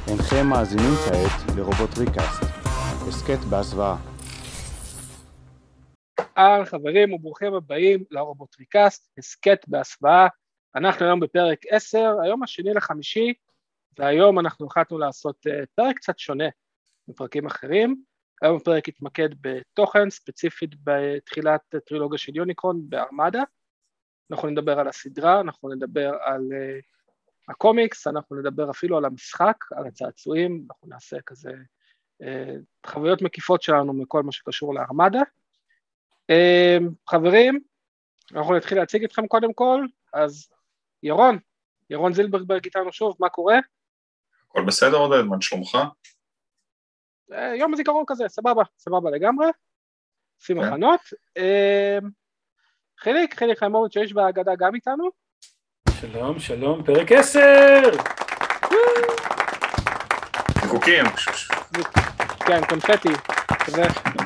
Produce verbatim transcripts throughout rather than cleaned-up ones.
אינכם מאזינים כעת לרובוטריקאסט, הסקט בהסוואה. אהלן חברים וברוכים הבאים לרובוטריקאסט, הסקט בהסוואה. אנחנו היום בפרק עשר, היום השני לחמישי, והיום אנחנו החלטנו לעשות uh, פרק קצת שונה מפרקים אחרים. היום הפרק יתמקד בתוכן, ספציפית בתחילת טרילוגיה של יוניקרון בארמדה. אנחנו נדבר על הסדרה, אנחנו נדבר על uh, הקומיקס, אנחנו נדבר אפילו על המשחק, על הצעצועים, אנחנו נעשה כזה uh, חוויות מקיפות שלנו מכל מה שקשור לארמדה. Uh, חברים, אנחנו נתחיל להציג אתכם קודם כל, אז ירון, ירון זילברברג איתנו שוב, מה קורה? הכל בסדר עודד, מה שלומך? Uh, יום הזיכרון כזה, סבבה, סבבה לגמרי, עושים הכנות. Uh, חיליק, חיליק חיימוביץ' שיש בהגדה גם איתנו. שלום, שלום, פרק עשר! זיקוקים. כן, קונפטי, כזה.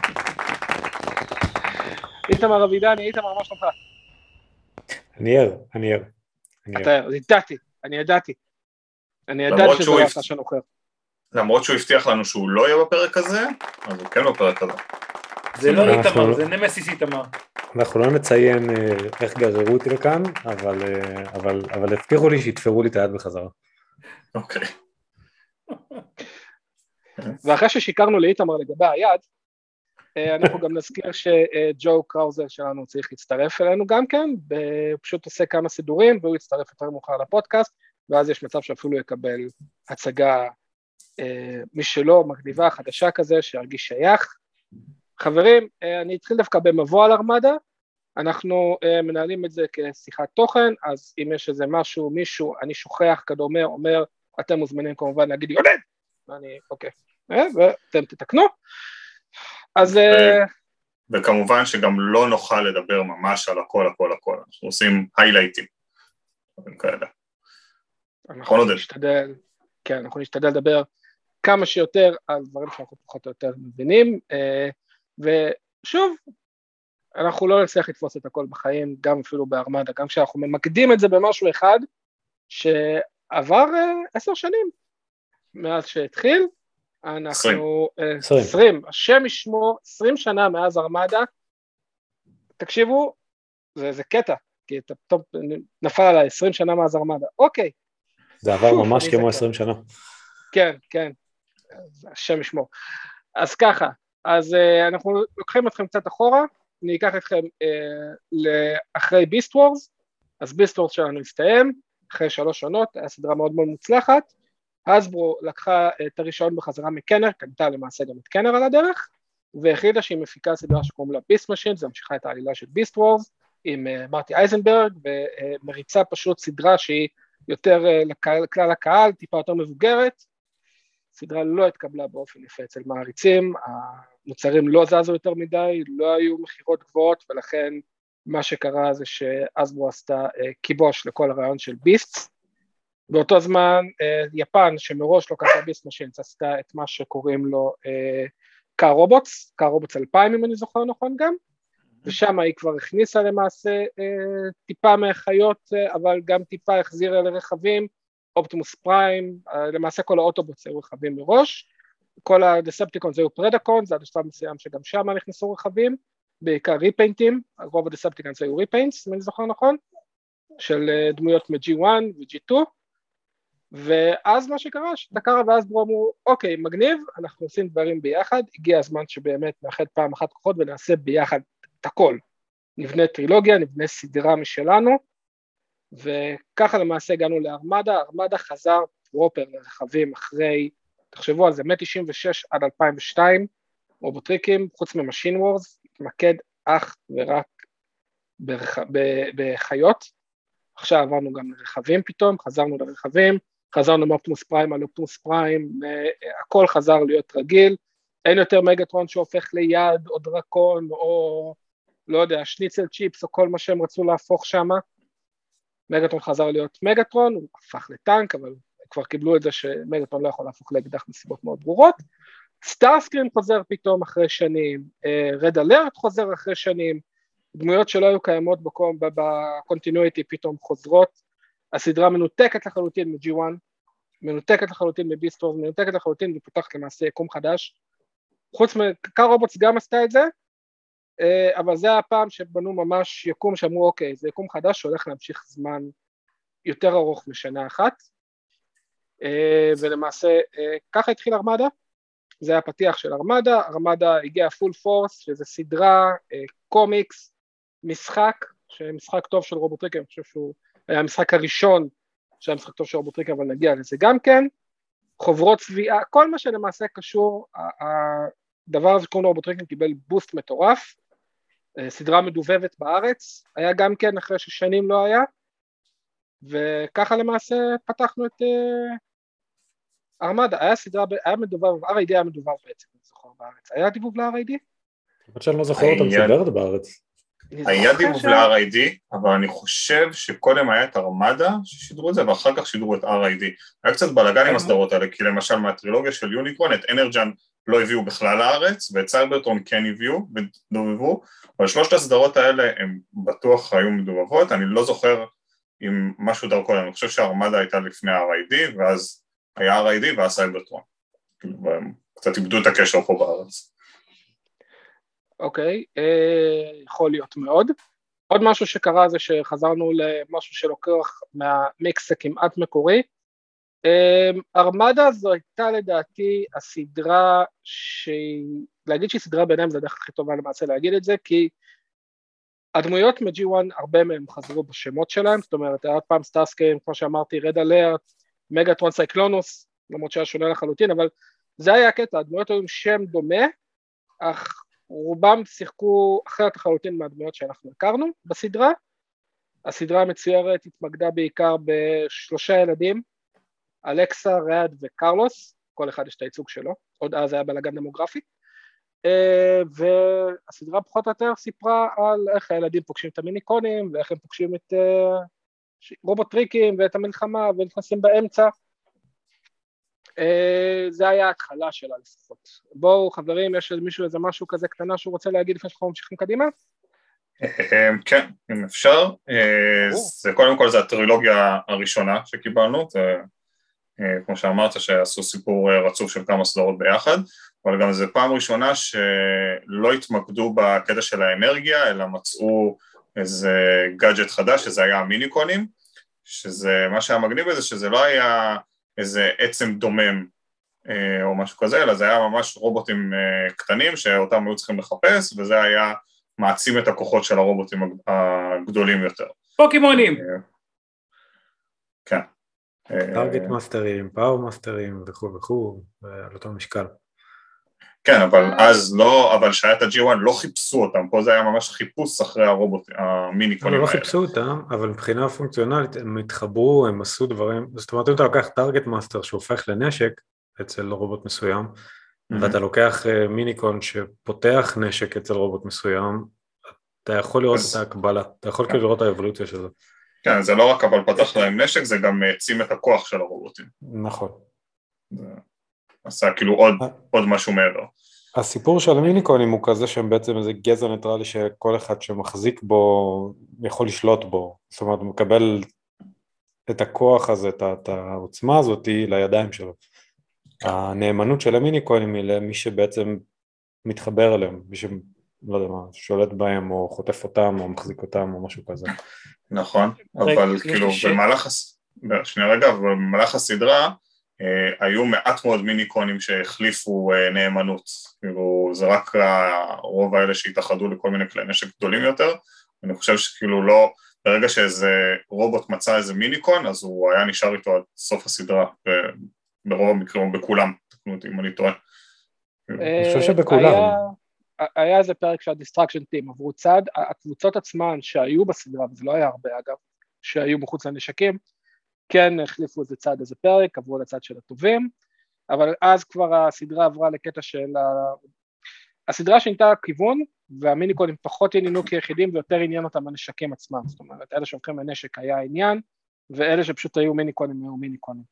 איתמר אבידני, איתמר, מה שלומך? אני ער, אני ער. אתה ידעתי, אני ידעתי. אני ידעתי שזה לא עשה שנוכר. למרות שהוא הבטיח לנו שהוא לא יהיה בפרק הזה, אז הוא כן בפרק הזה. זה לא איתמר, זה נמסיס איתמר. אנחנו לא נציין איך גררו אותי לכאן, אבל, אבל, אבל הבטיחו לי שיתפרו לי את היד בחזרה. אוקיי. ואחרי ששיקרנו לאיתמר לגבי היד, אנחנו גם נזכיר שג'ו קראוזר שלנו צריך להצטרף אלינו גם כן, פשוט עושה כמה סידורים, והוא יצטרף יותר מאוחר לפודקאסט, ואז יש מצב שאפילו יקבל הצגה משלו, מגניבה, חדשה כזה, שירגיש שייך. חברים, אני אתחיל דווקא במבוא על ארמדה, אנחנו מנהלים את זה כשיחת תוכן, אז אם יש איזה משהו, מישהו, אני שוכח, כדומה, אומר, אתם מוזמנים כמובן להגיד לי, עודד! ואני, אוקיי, ואתם תתקנו. אז... וכמובן שגם לא נוכל לדבר ממש על הכל, הכל, הכל, אנחנו עושים היילייטים, כאלה. אנחנו נשתדל, כן, אנחנו נשתדל לדבר כמה שיותר על דברים שאנחנו פחות או יותר מבינים, ושוב, אנחנו לא נצליח לתפוס את הכל בחיים, גם אפילו בארמדה, גם כשאנחנו ממקדים את זה במשהו אחד, שעבר עשר שנים, מאז שהתחיל, אנחנו עשרים, השם ישמור, עשרים שנה מאז ארמדה, תקשיבו, זה, זה קטע, כי אתה פתאום נפל עליי עשרים שנה מאז ארמדה, אוקיי. זה עבר ממש כמו עשרים שנה. כן, כן, השם ישמור. אז ככה, אז uh, אנחנו לוקחים אתכם קצת אחורה, אני אקח אתכם uh, לאחרי ביסט וורס, אז ביסט וורס שלנו הסתיים, אחרי שלוש עונות, היה סדרה מאוד מאוד מוצלחת, הסברו לקחה את הרישיון בחזרה מקנר, קנתה למעשה גם את קנר על הדרך, והחליטה שהיא מפיקה סדרה שקוראים לה ביסט משין, זה ממשיכה את העלילה של ביסט וורס, עם uh, מרטי אייזנברג, ומריצה פשוט סדרה שהיא יותר uh, לקהל, כלל הקהל, טיפה יותר מבוגרת, סדרה לא התקבלה באופן יפה אצל מעריצים, המוצרים לא זזו יותר מדי, לא היו מחירות גבוהות, ולכן מה שקרה זה שאסברו עשתה קיבוש לכל הרעיון של ביסט, באותו זמן יפן שמראש לא קרתה ביסט משינס, עשתה את מה שקוראים לו קאר רובוטס, קאר רובוטס אלפיים אם אני זוכר נכון גם, ושם היא כבר הכניסה למעשה טיפה מהחיות, אבל גם טיפה החזירה לרכבים, אופטימוס פריים, למעשה כל האוטובוס היו רכבים מראש, כל הדספטיקונס היו פרדקונס, זה עד השלב מסוים שגם שם נכנסו רכבים, בעיקר ריפיינטים, רוב הדספטיקונס היו ריפיינטס, אם אני זוכר נכון, של דמויות מ-ג'י וואן ו-ג'י טו, ואז מה שקרה, שדקרה ואז ברו אמרו, אוקיי, מגניב, אנחנו עושים דברים ביחד, הגיע הזמן שבאמת נאחד פעם אחת כוחות ונעשה ביחד את הכל, נבנה טרילוגיה, נבנה סדרה משלנו, וככה למעשה הגענו לארמדה, ארמדה חזר פרופר לרכבים אחרי, תחשבו על זה, מ-תשעים ושש עד אלפיים ושתיים, רובוטריקים, חוץ ממשין וורס, התמקד אך ורק ברכ... ב... בחיות, עכשיו עברנו גם לרכבים פתאום, חזרנו לרכבים, חזרנו מאופטימוס פריים על אופטימוס פריים, הכל חזר להיות רגיל, אין יותר מגטרון שהופך ליד, או דרקון, או לא יודע, שניצל צ'יפס, או כל מה שהם רצו להפוך שם, מגטרון חזר להיות מגטרון, הוא הפך לטנק, אבל כבר קיבלו את זה שמגטרון לא יכול להפוך לאקדח מסיבות מאוד ברורות, סטארסקרים חוזר פתאום אחרי שנים, רד אלרט חוזר אחרי שנים, דמויות שלא היו קיימות בקונטיניויטי פתאום חוזרות, הסדרה מנותקת לחלוטין מ-ג'י וואן, מנותקת לחלוטין מביסט וורס, מנותקת לחלוטין ופותחת למעשה יקום חדש, חוץ מקאר רובוטס גם עשתה את זה, אבל זה הפעם שבנו ממש יקום שאמרו אוקיי, זה יקום חדש שהולך להמשיך זמן יותר ארוך משנה אחת, ולמעשה ככה התחיל ארמדה, זה היה הפתיח של ארמדה, ארמדה הגיעה פול פורס, שזה סדרה, קומיקס, משחק, שמשחק טוב של רובוטריקר, אני חושב שהוא היה המשחק הראשון שהיה משחק טוב של רובוטריקר, אבל נגיע לזה גם כן, חוברות צביעה, כל מה שלמעשה קשור, הדבר הזה שקוראים לרובוטריקר קיבל בוסט מטורף, סדרה מדובבת בארץ, היה גם כן אחרי ששנים לא היה, וככה למעשה פתחנו את ארמדה, היה סדרה, היה מדובב, אר איי די היה מדובב בעצם, אני זוכר בארץ, היה דיבוב ל-אר איי די? עד שאני לא זוכר אותה מסודרת בארץ. היה דיבוב ל-אר איי די, אבל אני חושב שקודם היה את ארמדה ששידרו את זה, ואחר כך שידרו את אר איי די. היה קצת בלגן עם הסדרות האלה, כי למשל מהטרילוגיה של יוניקרון, את אנרג'ן לא הביאו בכלל לארץ, ואת סייברטרון כן הביאו ודובבו, אבל שלושת הסדרות האלה הם בטוח היו מדובבות, אני לא זוכר אם משהו דרכו, אני חושב שהארמדה הייתה לפני ה-אר איי די, ואז היה אר איי די והיה סייברטרון, והם קצת איבדו את הקשר פה בארץ. אוקיי, יכול להיות מאוד. עוד משהו שקרה זה שחזרנו למשהו שלוקח מהמיקס הכמעט מקורי, ארמדה זו הייתה לדעתי הסדרה שהיא, להגיד שהיא סדרה ביניהם זה הדרך הכי טובה למעשה להגיד את זה, כי הדמויות מ-ג'י וואן הרבה מהם חזרו בשמות שלהם, זאת אומרת, היה עוד פעם סטארסקרים, כמו שאמרתי, רד אלרט, מגאטרון סייקלונוס, למרות שהיה שונה לחלוטין, אבל זה היה הקטע, הדמויות היו עם שם דומה, אך רובם שיחקו אחרת לחלוטין מהדמויות שאנחנו הכרנו בסדרה, הסדרה המצוירת התמקדה בעיקר בשלושה ילדים, אלכסה, רד וקרלוס, כל אחד יש את הייצוג שלו, עוד אז היה בלגן דמוגרפי, והסדרה פחות או יותר סיפרה על איך הילדים פוגשים את המיניקונים, ואיך הם פוגשים את רובוטריקים ואת המלחמה, ונכנסים באמצע, זה היה ההתחלה שלה לפחות. בואו חברים, יש מישהו איזה משהו כזה קטנה שהוא רוצה להגיד לפני שאנחנו ממשיכים קדימה? כן, אם אפשר, זה קודם כל זה הטרילוגיה הראשונה שקיבלנו, כמו שאמרת שעשו סיפור רצוף של כמה סדרות ביחד, אבל גם זו פעם ראשונה שלא התמקדו בקטע של האנרגיה, אלא מצאו איזה גאדג'ט חדש, שזה היה המיניקונים, שזה מה שהיה מגניב בזה, שזה לא היה איזה עצם דומם או משהו כזה, אלא זה היה ממש רובוטים קטנים שאותם היו צריכים לחפש, וזה היה מעצים את הכוחות של הרובוטים הגדולים יותר. פוקימונים! כן. טארגט מאסטרים, פאור מאסטרים וכו' וכו', על אותו משקל. כן, אבל אז לא, אבל שהיה את ה-ג'י וואן לא חיפשו אותם, פה זה היה ממש חיפוש אחרי הרובוט, המיניקונים האלה. לא חיפשו אותם, אבל מבחינה פונקציונלית הם התחברו, הם עשו דברים, זאת אומרת אם אתה לוקח טארגט מאסטר שהופך לנשק אצל רובוט מסוים, ואתה לוקח מיניקון שפותח נשק אצל רובוט מסוים, אתה יכול לראות את ההקבלה, אתה יכול כאילו לראות את האבולוציה של זה. כן, זה לא רק אבל פתח להם נשק, זה גם העצים את הכוח של הרובוטים. נכון. זה עשה כאילו עוד, עוד משהו מעבר. הסיפור של המיניקונים הוא כזה שהם בעצם איזה גזע ניטרלי שכל אחד שמחזיק בו יכול לשלוט בו, זאת אומרת הוא מקבל את הכוח הזה, את העוצמה הזאת לידיים שלו. הנאמנות של המיניקונים היא למי שבעצם מתחבר אליהם, מי ש... לא יודע מה, שולט בהם או חוטף אותם או מחזיק אותם או משהו כזה. נכון, אבל כאילו במהלך, שנייה רגע, במהלך הסדרה היו מעט מאוד מיניקונים שהחליפו נאמנות, כאילו זה רק הרוב האלה שהתאחדו לכל מיני כלי נשק גדולים יותר, אני חושב שכאילו לא, ברגע שאיזה רובוט מצא איזה מיניקון, אז הוא היה נשאר איתו עד סוף הסדרה, ברוב המקרים, בכולם, תקנו אותי אם אני טועה. אני חושב שבכולם. היה איזה פרק שהדיסטרקשן טים עברו צד, הקבוצות עצמן שהיו בסדרה, וזה לא היה הרבה אגב, שהיו מחוץ לנשקים, כן החליפו איזה צד איזה פרק, עברו לצד של הטובים, אבל אז כבר הסדרה עברה לקטע של, הסדרה שינתה כיוון, והמיניקונים פחות עניינו כיחידים, ויותר עניין אותם הנשקים עצמם, זאת אומרת, אלה שהולכים לנשק היה עניין, ואלה שפשוט היו מיניקונים היו מיניקונים.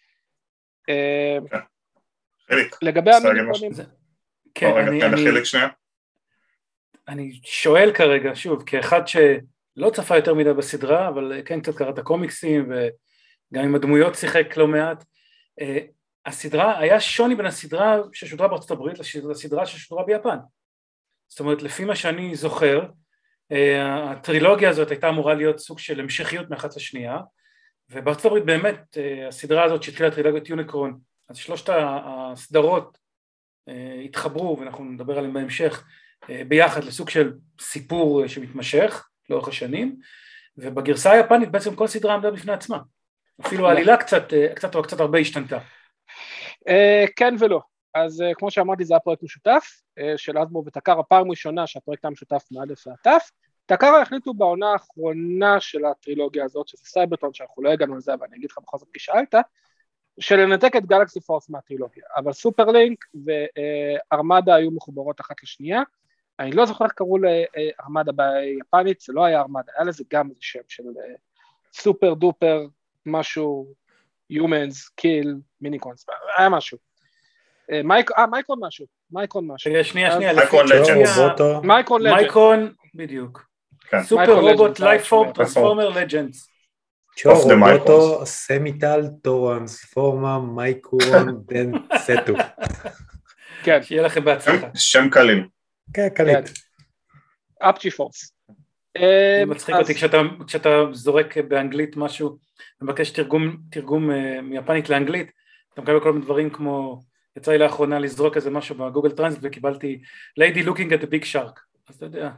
לגבי המיניקונים, כן, אני, אני, אני שואל כרגע, שוב, כאחד שלא צפה יותר מדי בסדרה, אבל כן קצת קראת הקומיקסים, וגם עם הדמויות שיחק לא מעט, הסדרה, היה שוני בין הסדרה ששודרה בארצות הברית לסדרה ששודרה ביפן. זאת אומרת, לפי מה שאני זוכר, הטרילוגיה הזאת הייתה אמורה להיות סוג של המשכיות מאחת לשנייה, ובארצות הברית באמת הסדרה הזאת שהתחילה טרילוגיית יוניקורן, אז שלושת הסדרות התחברו, ואנחנו נדבר עליהם בהמשך, ביחד לסוג של סיפור שמתמשך לאורך השנים, ובגרסה היפנית בעצם כל סדרה עמדה בפני עצמה, אפילו העלילה קצת, קצת או קצת הרבה השתנתה. כן ולא, אז כמו שאמרתי זה היה פרויקט משותף, של אסבו ותקרה, פעם ראשונה שהפרויקט היה משותף מאלף ועטף, תקרה החליטו בעונה האחרונה של הטרילוגיה הזאת, שזה סייברטון, שאנחנו לא הגענו לזה, אבל אני אגיד לך בכל זאת כשאלת, של לנתק את גלקסי פורס מהטרילוגיה, אבל סופרלינק וארמדה היו מחוברות אחת לשנייה, אני לא זוכר איך קראו לארמדה ביפנית, זה לא היה ארמדה, היה לזה גם איזה שם של סופר דופר, משהו, humans, kill, מייניקונס, היה משהו. אה, מייקרון משהו, מייקרון משהו. שנייה, שנייה, מייקרון לג'נדס. מייקרון לג'נדס. מייקרון, בדיוק. סופר רובוט לייפפורם טרנספורמר לג'נדס. צ'ו רובוטו סמיטל טורנספורמה מייקרון דן סטו. כן. שיהיה לכם בהצלחה. שם קליל. כן, קליט. אפצ'י פורס. זה מצחיק אותי כשאתה זורק באנגלית משהו, מבקש תרגום מיפנית לאנגלית, אתה מקבל כל מיני דברים כמו, יצא לי לאחרונה לזרוק איזה משהו בגוגל טרנסט וקיבלתי Lady looking at the big shark, אז אתה יודע.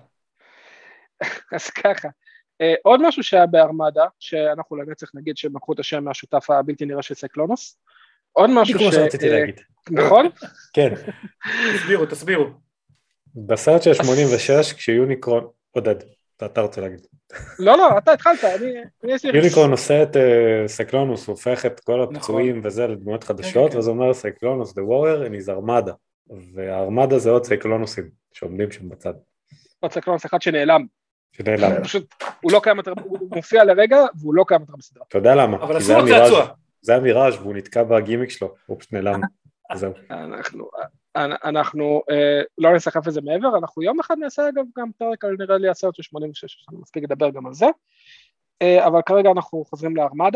אז ככה, עוד משהו שהיה בארמדה, שאנחנו לנצח נגיד שהם לקחו את השם מהשותף הבלתי נראה של סייקלונוס, עוד משהו ש... כמו שרציתי להגיד. נכון? כן. תסבירו, תסבירו. בסרט של שמונים ושש, כשיוניקרון, עודד, אתה רוצה להגיד. לא, לא, אתה התחלת, אני... יוניקרון עושה את סייקלונוס, הוא הופך את כל הפצועים וזה לדמויות חדשות, וזה אומר סייקלונוס, the warrior, and his armada, והארמדה זה עוד סייקלונוסים, שעומדים שם בצד. עוד סייקלונוס אחד שנעלם. שנעלם. פשוט, הוא לא קיים יותר, הוא מופיע לרגע, והוא לא קיים יותר בסדרה. אתה יודע למה? אבל אסור צעצוע. זה היה מיראז' והוא נתקע בגימיק שלו, הוא פשוט נעלם. זהו. אנחנו... אנחנו אה, לא נסחף את זה מעבר, אנחנו יום אחד נעשה אגב גם פרק על נראה לי הסרט של שמונים ושש, אני מספיק לדבר גם על זה, אה, אבל כרגע אנחנו חוזרים לארמדה.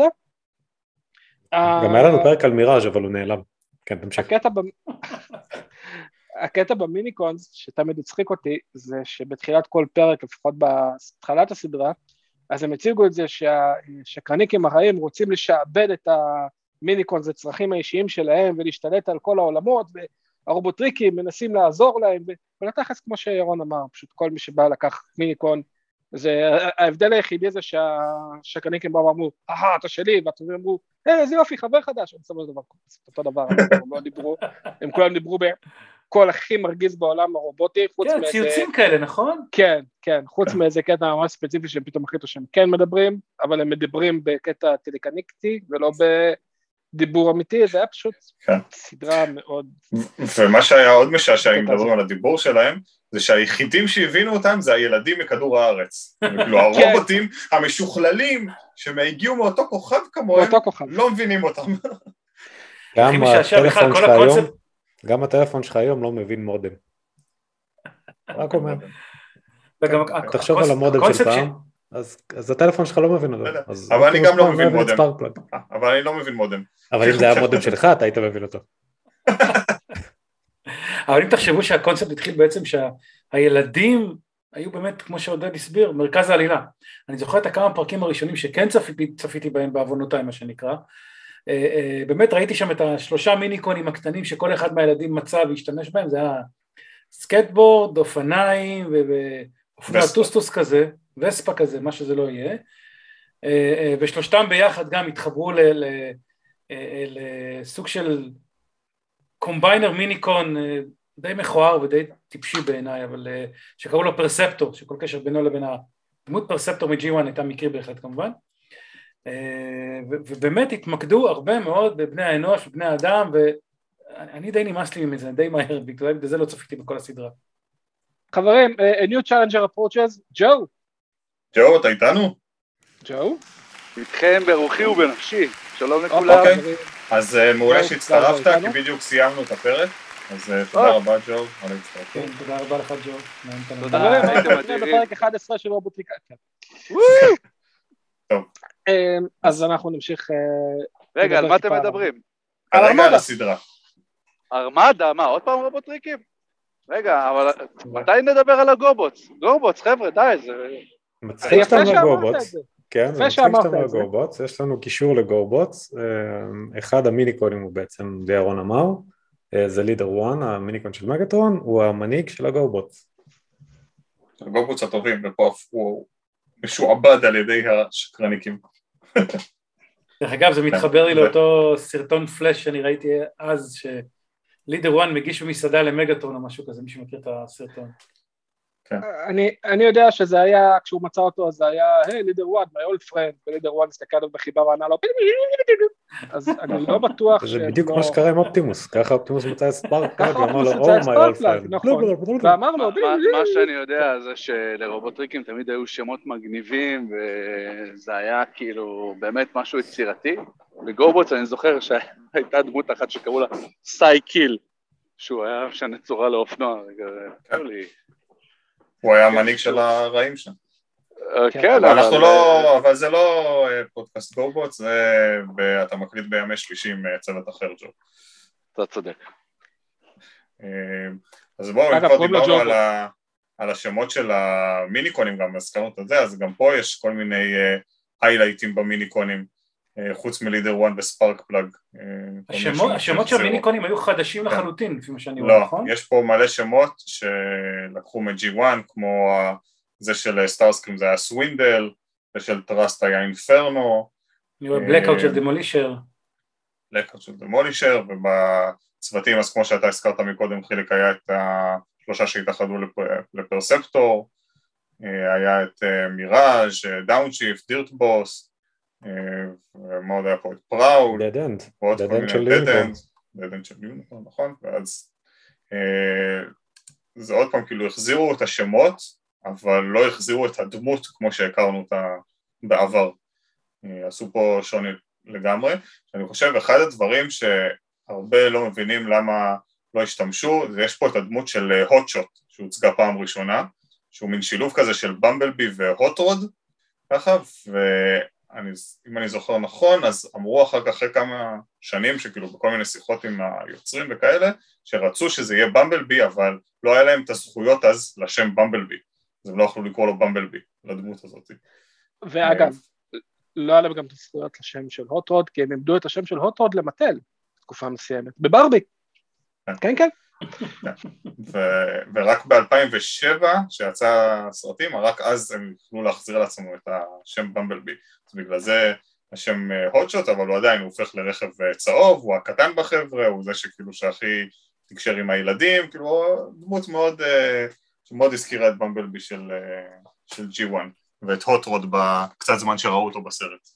גם היה לנו פרק על מיראז' אבל הוא נעלם, כן תמשיך. הקטע, ב... הקטע במיניקונס שתמיד הצחיק אותי, זה שבתחילת כל פרק, לפחות בהתחלת הסדרה, אז הם הציגו את זה שהשקרניקים הרעים רוצים לשעבד את המיניקונס לצרכים האישיים שלהם, ולהשתלט על כל העולמות, ו... הרובוטריקים מנסים לעזור להם, ולתכלס כמו שירון אמר, פשוט כל מי שבא לקח מיניקון, זה ההבדל היחידי זה שהשקרניקים באו ואמרו, אהה, אתה שלי, והטובים אמרו, אה, איזה יופי, חבר חדש, אני בסופו של דבר, אותו דבר, הם לא דיברו, הם כולם דיברו בכל הכי מרגיז בעולם הרובוטי, חוץ מאיזה... כן, ציוצים כאלה, נכון? כן, כן, חוץ מאיזה קטע ממש ספציפי שהם פתאום החליטו שהם כן מדברים, אבל הם מדברים בקטע טלקניקטי, ולא ב... דיבור אמיתי, זה היה פשוט כן. סדרה מאוד... ומה שהיה עוד משעשע, אם מדברים על הדיבור שלהם, זה שהיחידים שהבינו אותם זה הילדים מכדור הארץ. כאילו הרובוטים המשוכללים, שהגיעו מאותו כוכב כמוהם, לא מבינים אותם. גם הטלפון שלך היום, גם הטלפון שלך היום לא מבין מודם. רק אומר. תחשוב על המודם של פעם. אז הטלפון שלך לא מבין אותו. אבל אני גם לא מבין מודם. אבל אני לא מבין מודם. אבל אם זה היה מודם שלך, אתה היית מבין אותו. אבל אם תחשבו שהקונספט התחיל בעצם שהילדים היו באמת, כמו שעודד הסביר, מרכז העלילה. אני זוכר את הכמה פרקים הראשונים שכן צפיתי בהם בעוונותיי, מה שנקרא. באמת ראיתי שם את השלושה מיניקונים הקטנים שכל אחד מהילדים מצא והשתמש בהם, זה היה סקטבורד, אופניים ואופנוע טוסטוס כזה. וספה כזה, מה שזה לא יהיה, ושלושתם ביחד גם התחברו לסוג של קומביינר מיניקון די מכוער ודי טיפשי בעיניי, אבל שקראו לו פרספטור, שכל קשר בינו לבין הדמות פרספטור מ-ג'י וואן הייתה מקרי בהחלט כמובן, ובאמת התמקדו הרבה מאוד בבני האנוש ובני האדם, ואני די נמאס לי מזה, די מהר, בגלל לא צפיתי בכל הסדרה. חברים, a new challenger approaches, ג'ו. ג'ו, אתה איתנו? ג'ו? איתכם ברוחי ובנפשי, שלום לכולם. אוקיי, אז מעולה שהצטרפת, כי בדיוק סיימנו את הפרק, אז תודה רבה ג'ו על ההצטרפות. תודה רבה לך ג'ו. תודה רבה, הייתם אדירים. בפרק אחד עשרה של רובוטיקציה. טוב. אז אנחנו נמשיך... רגע, על מה אתם מדברים? כרגע על הסדרה. ארמדה, מה, עוד פעם רובוטריקים? רגע, אבל מתי נדבר על הגורבוטס? גורבוטס, חבר'ה, די, זה... מצחיק שאתה אומר שאמרת גורבוטס. את זה. כן, יפה זה מצחיק שאמרת שאתה אומר את זה. גורבוטס, יש לנו קישור לגורבוטס, אחד המיניקונים הוא בעצם, די אהרון אמר, זה לידר וואן, המיניקון של מגטרון, הוא המנהיג של הגורבוטס. הגורבוטס הטובים, ופה הוא משועבד על ידי השקרניקים. דרך אגב, זה מתחבר לי לאותו סרטון פלאש שאני ראיתי אז, שלידר וואן מגיש במסעדה למגטרון או משהו כזה, מי שמכיר את הסרטון. אני, אני יודע שזה היה, כשהוא מצא אותו, זה היה, היי, לידר וואן, my old friend, ולידר וואן הסתכל עליו בחיבה וענה לו, אז אני לא בטוח זה בדיוק מה שקרה עם אופטימוס, ככה אופטימוס מצא את ספארקפלאג, ואמר לו, מצא את oh my old ספארקפלאג, friend. נכון, ואמר לו, מה שאני יודע זה שלרובוטריקים תמיד היו שמות מגניבים, וזה היה כאילו באמת משהו יצירתי. בגורבוטס אני זוכר שהייתה דמות אחת שקראו לה סייקיל, שהוא היה משנה צורה לאופנוע, הוא היה המנהיג של הרעים שם. כן, אנחנו לא, אבל זה לא פודקאסט גורבוטס, זה אתה מקליט בימי שלישי עם צוות אחר, ג'ו. אתה צודק. אז בואו, אם כבר דיברנו על השמות של המיניקונים, גם הזכרנו את זה, אז גם פה יש כל מיני היילייטים במיניקונים, חוץ מלידר וואן וספארק פלאג. השמות של המיניקונים היו חדשים לחלוטין, לפי מה שאני רואה, נכון? לא, יש פה מלא שמות שלקחו מ-ג'י וואן, כמו זה של סטארסקרים זה היה סווינדל, זה של טראסט היה אינפרנו. אני רואה בלקאוט של דמולישר. בלקאוט של דמולישר, ובצוותים, אז כמו שאתה הזכרת מקודם, חילק היה את השלושה שהתאחדו לפרספטור, היה את מיראז', דאונשיפט, דירטבוס, ומה עוד היה פה? את פראוד, דד אנד, ועוד דד כל אנד של מיני דד יוניקורן. אנד, דד אנד של יוניקורן, נכון? ואז זה עוד פעם, כאילו החזירו את השמות, אבל לא החזירו את הדמות כמו שהכרנו אותה בעבר. עשו פה שוני לגמרי. אני חושב, אחד הדברים שהרבה לא מבינים למה לא השתמשו, זה יש פה את הדמות של הוטשוט, שהוצגה פעם ראשונה, שהוא מין שילוב כזה של במבלבי והוטרוד, ככה, ואם אני זוכר נכון, אז אמרו אחר כך אחרי כמה שנים, שכאילו בכל מיני שיחות עם היוצרים וכאלה, שרצו שזה יהיה במבלבי, אבל לא היה להם את הזכויות אז לשם במבלבי. אז הם לא יכלו לקרוא לו במבלבי, לדמות הזאת. ואגב, לא היה להם גם את הזכויות לשם של הוטרוד, כי הם עמדו את השם של הוטרוד למטל, תקופה מסוימת, בברבי. כן, כן. ורק ב-אלפיים ושבע, שיצא הסרטים, רק אז הם יכלו להחזיר לעצמו את השם במבלבי. אז בגלל זה השם הוטשוט, אבל הוא עדיין הופך לרכב צהוב, הוא הקטן בחבר'ה, הוא זה שכאילו שהכי תקשר עם הילדים, כאילו דמות מאוד... שמאוד הזכירה את במבלבי של, של ג'י וואן, ואת הוטרוד בקצת זמן שראו אותו בסרט.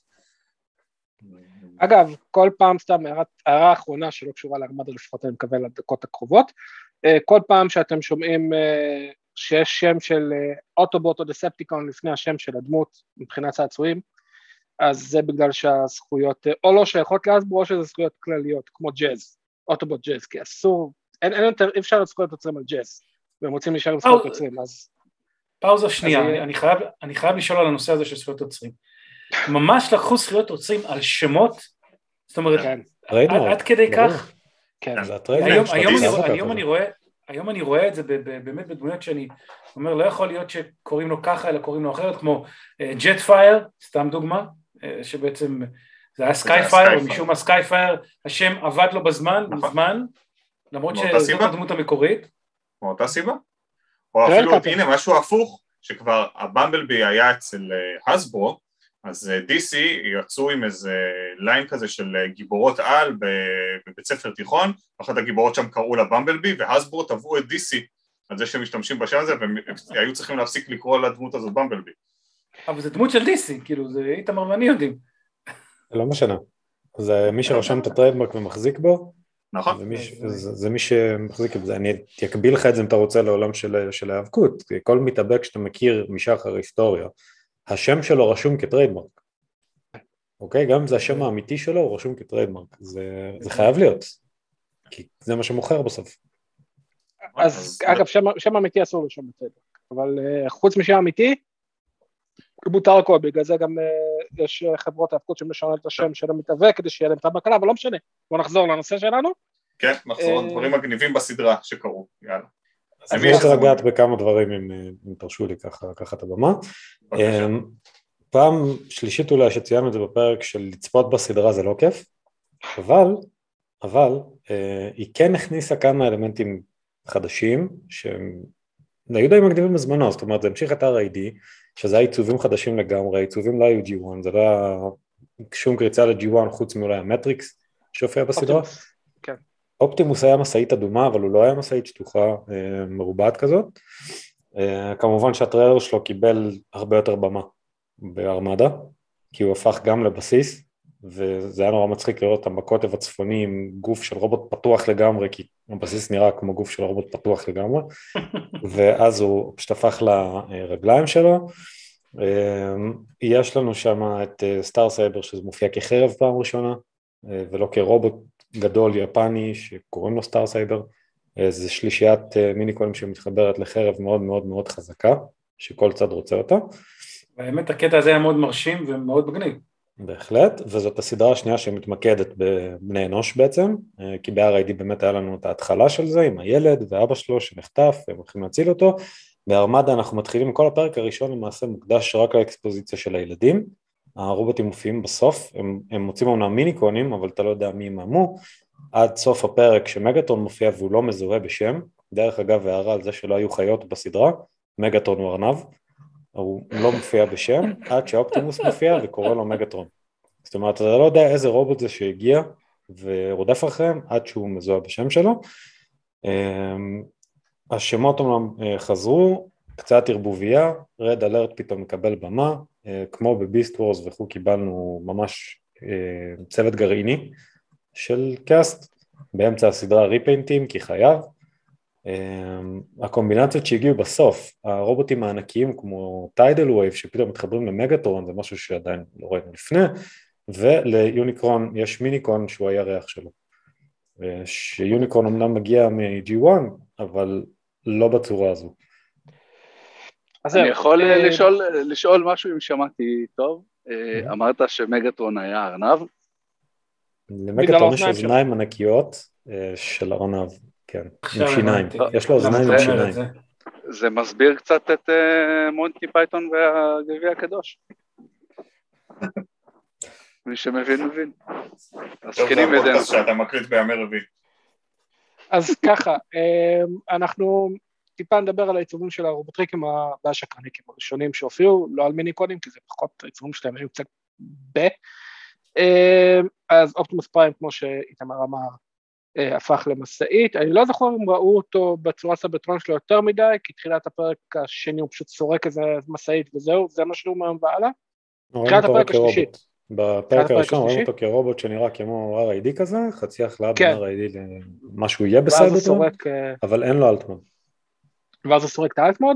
אגב, כל פעם סתם, הערה האחרונה שלא קשורה לארמדה, לפחות אני מקווה לדקות הקרובות, כל פעם שאתם שומעים שיש שם של אוטובוט או דספטיקון לפני השם של הדמות, מבחינת צעצועים, אז זה בגלל שהזכויות, או לא שייכות להסברו, או שזה זכויות כלליות, כמו ג'אז, אוטובוט ג'אז, כי אסור, אין, אין יותר, אי אפשר לזכויות יוצרים על ג'אז. והם רוצים להישאר עם זכויות יוצרים, אז... פאוזה שנייה, אני, אני, חייב, אני חייב לשאול על הנושא הזה של זכויות יוצרים. ממש לקחו זכויות יוצרים על שמות, זאת אומרת, כן. עד, עד כדי כך, כן. זה הטריידמרק היום, של היום, הטיסה. אני, היום, אני רואה, היום אני רואה את זה באמת בדמויות שאני אומר, לא יכול להיות שקוראים לו ככה, אלא קוראים לו אחרת, כמו ג'ט פייר, סתם דוגמה, שבעצם זה היה סקאי פייר, ומשום מה סקאי פייר, השם עבד לו בזמן, בזמן, למרות שזאת הדמות המקורית, מאותה סיבה? או אפילו, הנה, משהו הפוך, שכבר הבמבלבי היה אצל הסברו, אז די סי יצאו עם איזה ליין כזה של גיבורות על בבית ספר תיכון, ואחת הגיבורות שם קראו לה במבלבי, והסברו תבעו את די סי על זה שהם משתמשים בשם הזה, והיו צריכים להפסיק לקרוא לדמות הזאת במבלבי. אבל זה דמות של די סי, כאילו, זה איתמר ואני יודעים. זה לא משנה. זה מי שרשם את הטריידמרק ומחזיק בו, נכון. זה מי, זה, זה מי שמחזיק את זה. אני אקביל לך את זה אם אתה רוצה לעולם של, של ההיאבקות. כל מתאבק שאתה מכיר משחר ההיסטוריה, השם שלו רשום כטריידמרק. אוקיי? גם אם זה השם האמיתי שלו, הוא רשום כטריידמרק. זה, זה חייב להיות. כי זה מה שמוכר בסוף. אז אגב, שם, שם אמיתי אסור לשום בטריידמרק. אבל uh, חוץ משם אמיתי, מותר הכל, בגלל זה גם uh, יש חברות ההפקות שמשנות את השם של המתאבק כדי שיהיה להם את הבקלה, אבל לא משנה, בואו נחזור לנושא שלנו. כן, נחזור לדברים מגניבים בסדרה שקרו, יאללה. אז אני רוצה לגעת בכמה דברים, אם תרשו לי ככה לקחת את הבמה. פעם שלישית אולי שציינו את זה בפרק של לצפות בסדרה זה לא כיף, אבל, אבל היא כן הכניסה כמה אלמנטים חדשים, שהם היו די מגניבים בזמנו, זאת אומרת זה המשיך את אר איי די, שזה היה עיצובים חדשים לגמרי, עיצובים לא היו ג'י וואן, זה לא היה שום קריצה ל-ג'י וואן חוץ מאולי המטריקס שהופיע בסדרה. כן. אופטימוס היה מסעית אדומה, אבל הוא לא היה מסעית שטוחה מרובעת כזאת. כמובן שהטריילר שלו קיבל הרבה יותר במה בארמדה, כי הוא הפך גם לבסיס, וזה היה נורא מצחיק לראות אותם בקוטב הצפוני עם גוף של רובוט פתוח לגמרי, כי הבסיס נראה כמו גוף של רובוט פתוח לגמרי, ואז הוא פשוט הפך לרגליים שלו. יש לנו שם את סטאר סייבר שזה מופיע כחרב פעם ראשונה, ולא כרובוט גדול יפני שקוראים לו סטאר סייבר. זה שלישיית מיניקונים שמתחברת לחרב מאוד מאוד מאוד חזקה, שכל צד רוצה אותה. באמת הקטע הזה היה מאוד מרשים ומאוד מגניב. בהחלט, וזאת הסדרה השנייה שמתמקדת בבני אנוש בעצם, כי ב-אר איי די באמת היה לנו את ההתחלה של זה, עם הילד ואבא שלו שנחטף, והם הולכים להציל אותו. בארמדה אנחנו מתחילים, כל הפרק הראשון למעשה מוקדש רק לאקספוזיציה של הילדים, הרובוטים מופיעים בסוף, הם, הם מוצאים אומנם מיניקונים, אבל אתה לא יודע מי הם אמו, עד סוף הפרק שמגטרון מופיע והוא לא מזוהה בשם, דרך אגב הערה על זה שלא היו חיות בסדרה, מגטרון הוא ארנב, הוא לא מופיע בשם, עד שאופטימוס מופיע וקורא לו מגטרון. זאת אומרת, אתה לא יודע איזה רובוט זה שהגיע ורודף אחריהם עד שהוא מזוהה בשם שלו. השמות אומנם חזרו, קצת ערבוביה, רד אלרט פתאום מקבל במה, כמו בביסט וורס וכו' קיבלנו ממש צוות גרעיני של קאסט, באמצע הסדרה ריפיינטים כי חייב, הקומבינציות שהגיעו בסוף, הרובוטים הענקיים כמו טיידל ווייב שפתאום מתחברים למגטרון, זה משהו שעדיין לא ראינו לפני, וליוניקרון יש מיניקון שהוא הירח שלו, שיוניקרון אמנם מגיע מ-ג'י וואן, אבל לא בצורה הזו. אני יכול לשאול משהו אם שמעתי טוב, אמרת שמגטרון היה ארנב? למגטרון יש אוזניים ענקיות של ארנב, כן, עם שיניים, יש לו אוזניים עם שיניים. זה מסביר קצת את מונטי פייתון והגביע הקדוש. מי שמבין מבין. טוב, זה הפודקאסט שאתה מקליט בימי רביעי. אז ככה, אנחנו טיפה נדבר על העיצובים של הרובוטריקים והשקרניקים הראשונים שהופיעו, לא על מיניקונים, כי זה פחות העיצובים שלהם היו קצת ב. אז אופטימוס פריים, כמו שאיתמר אמר, הפך למסעית. אני לא זוכר אם ראו אותו בצורה סבטרון שלו יותר מדי, כי תחילת הפרק השני הוא פשוט סורק איזה מסעית וזהו, זה מה שהוא מהיום והלאה. תחילת הפרק השלישי. בפרק הראשון רואים אותו כרובוט שנראה כמו אר איי די כזה, חצי החלאה בין אר איי די למשהו יהיה בסייברטרון, אבל אין לו אלטמוד. ואז הוא סורק את האלטמוד.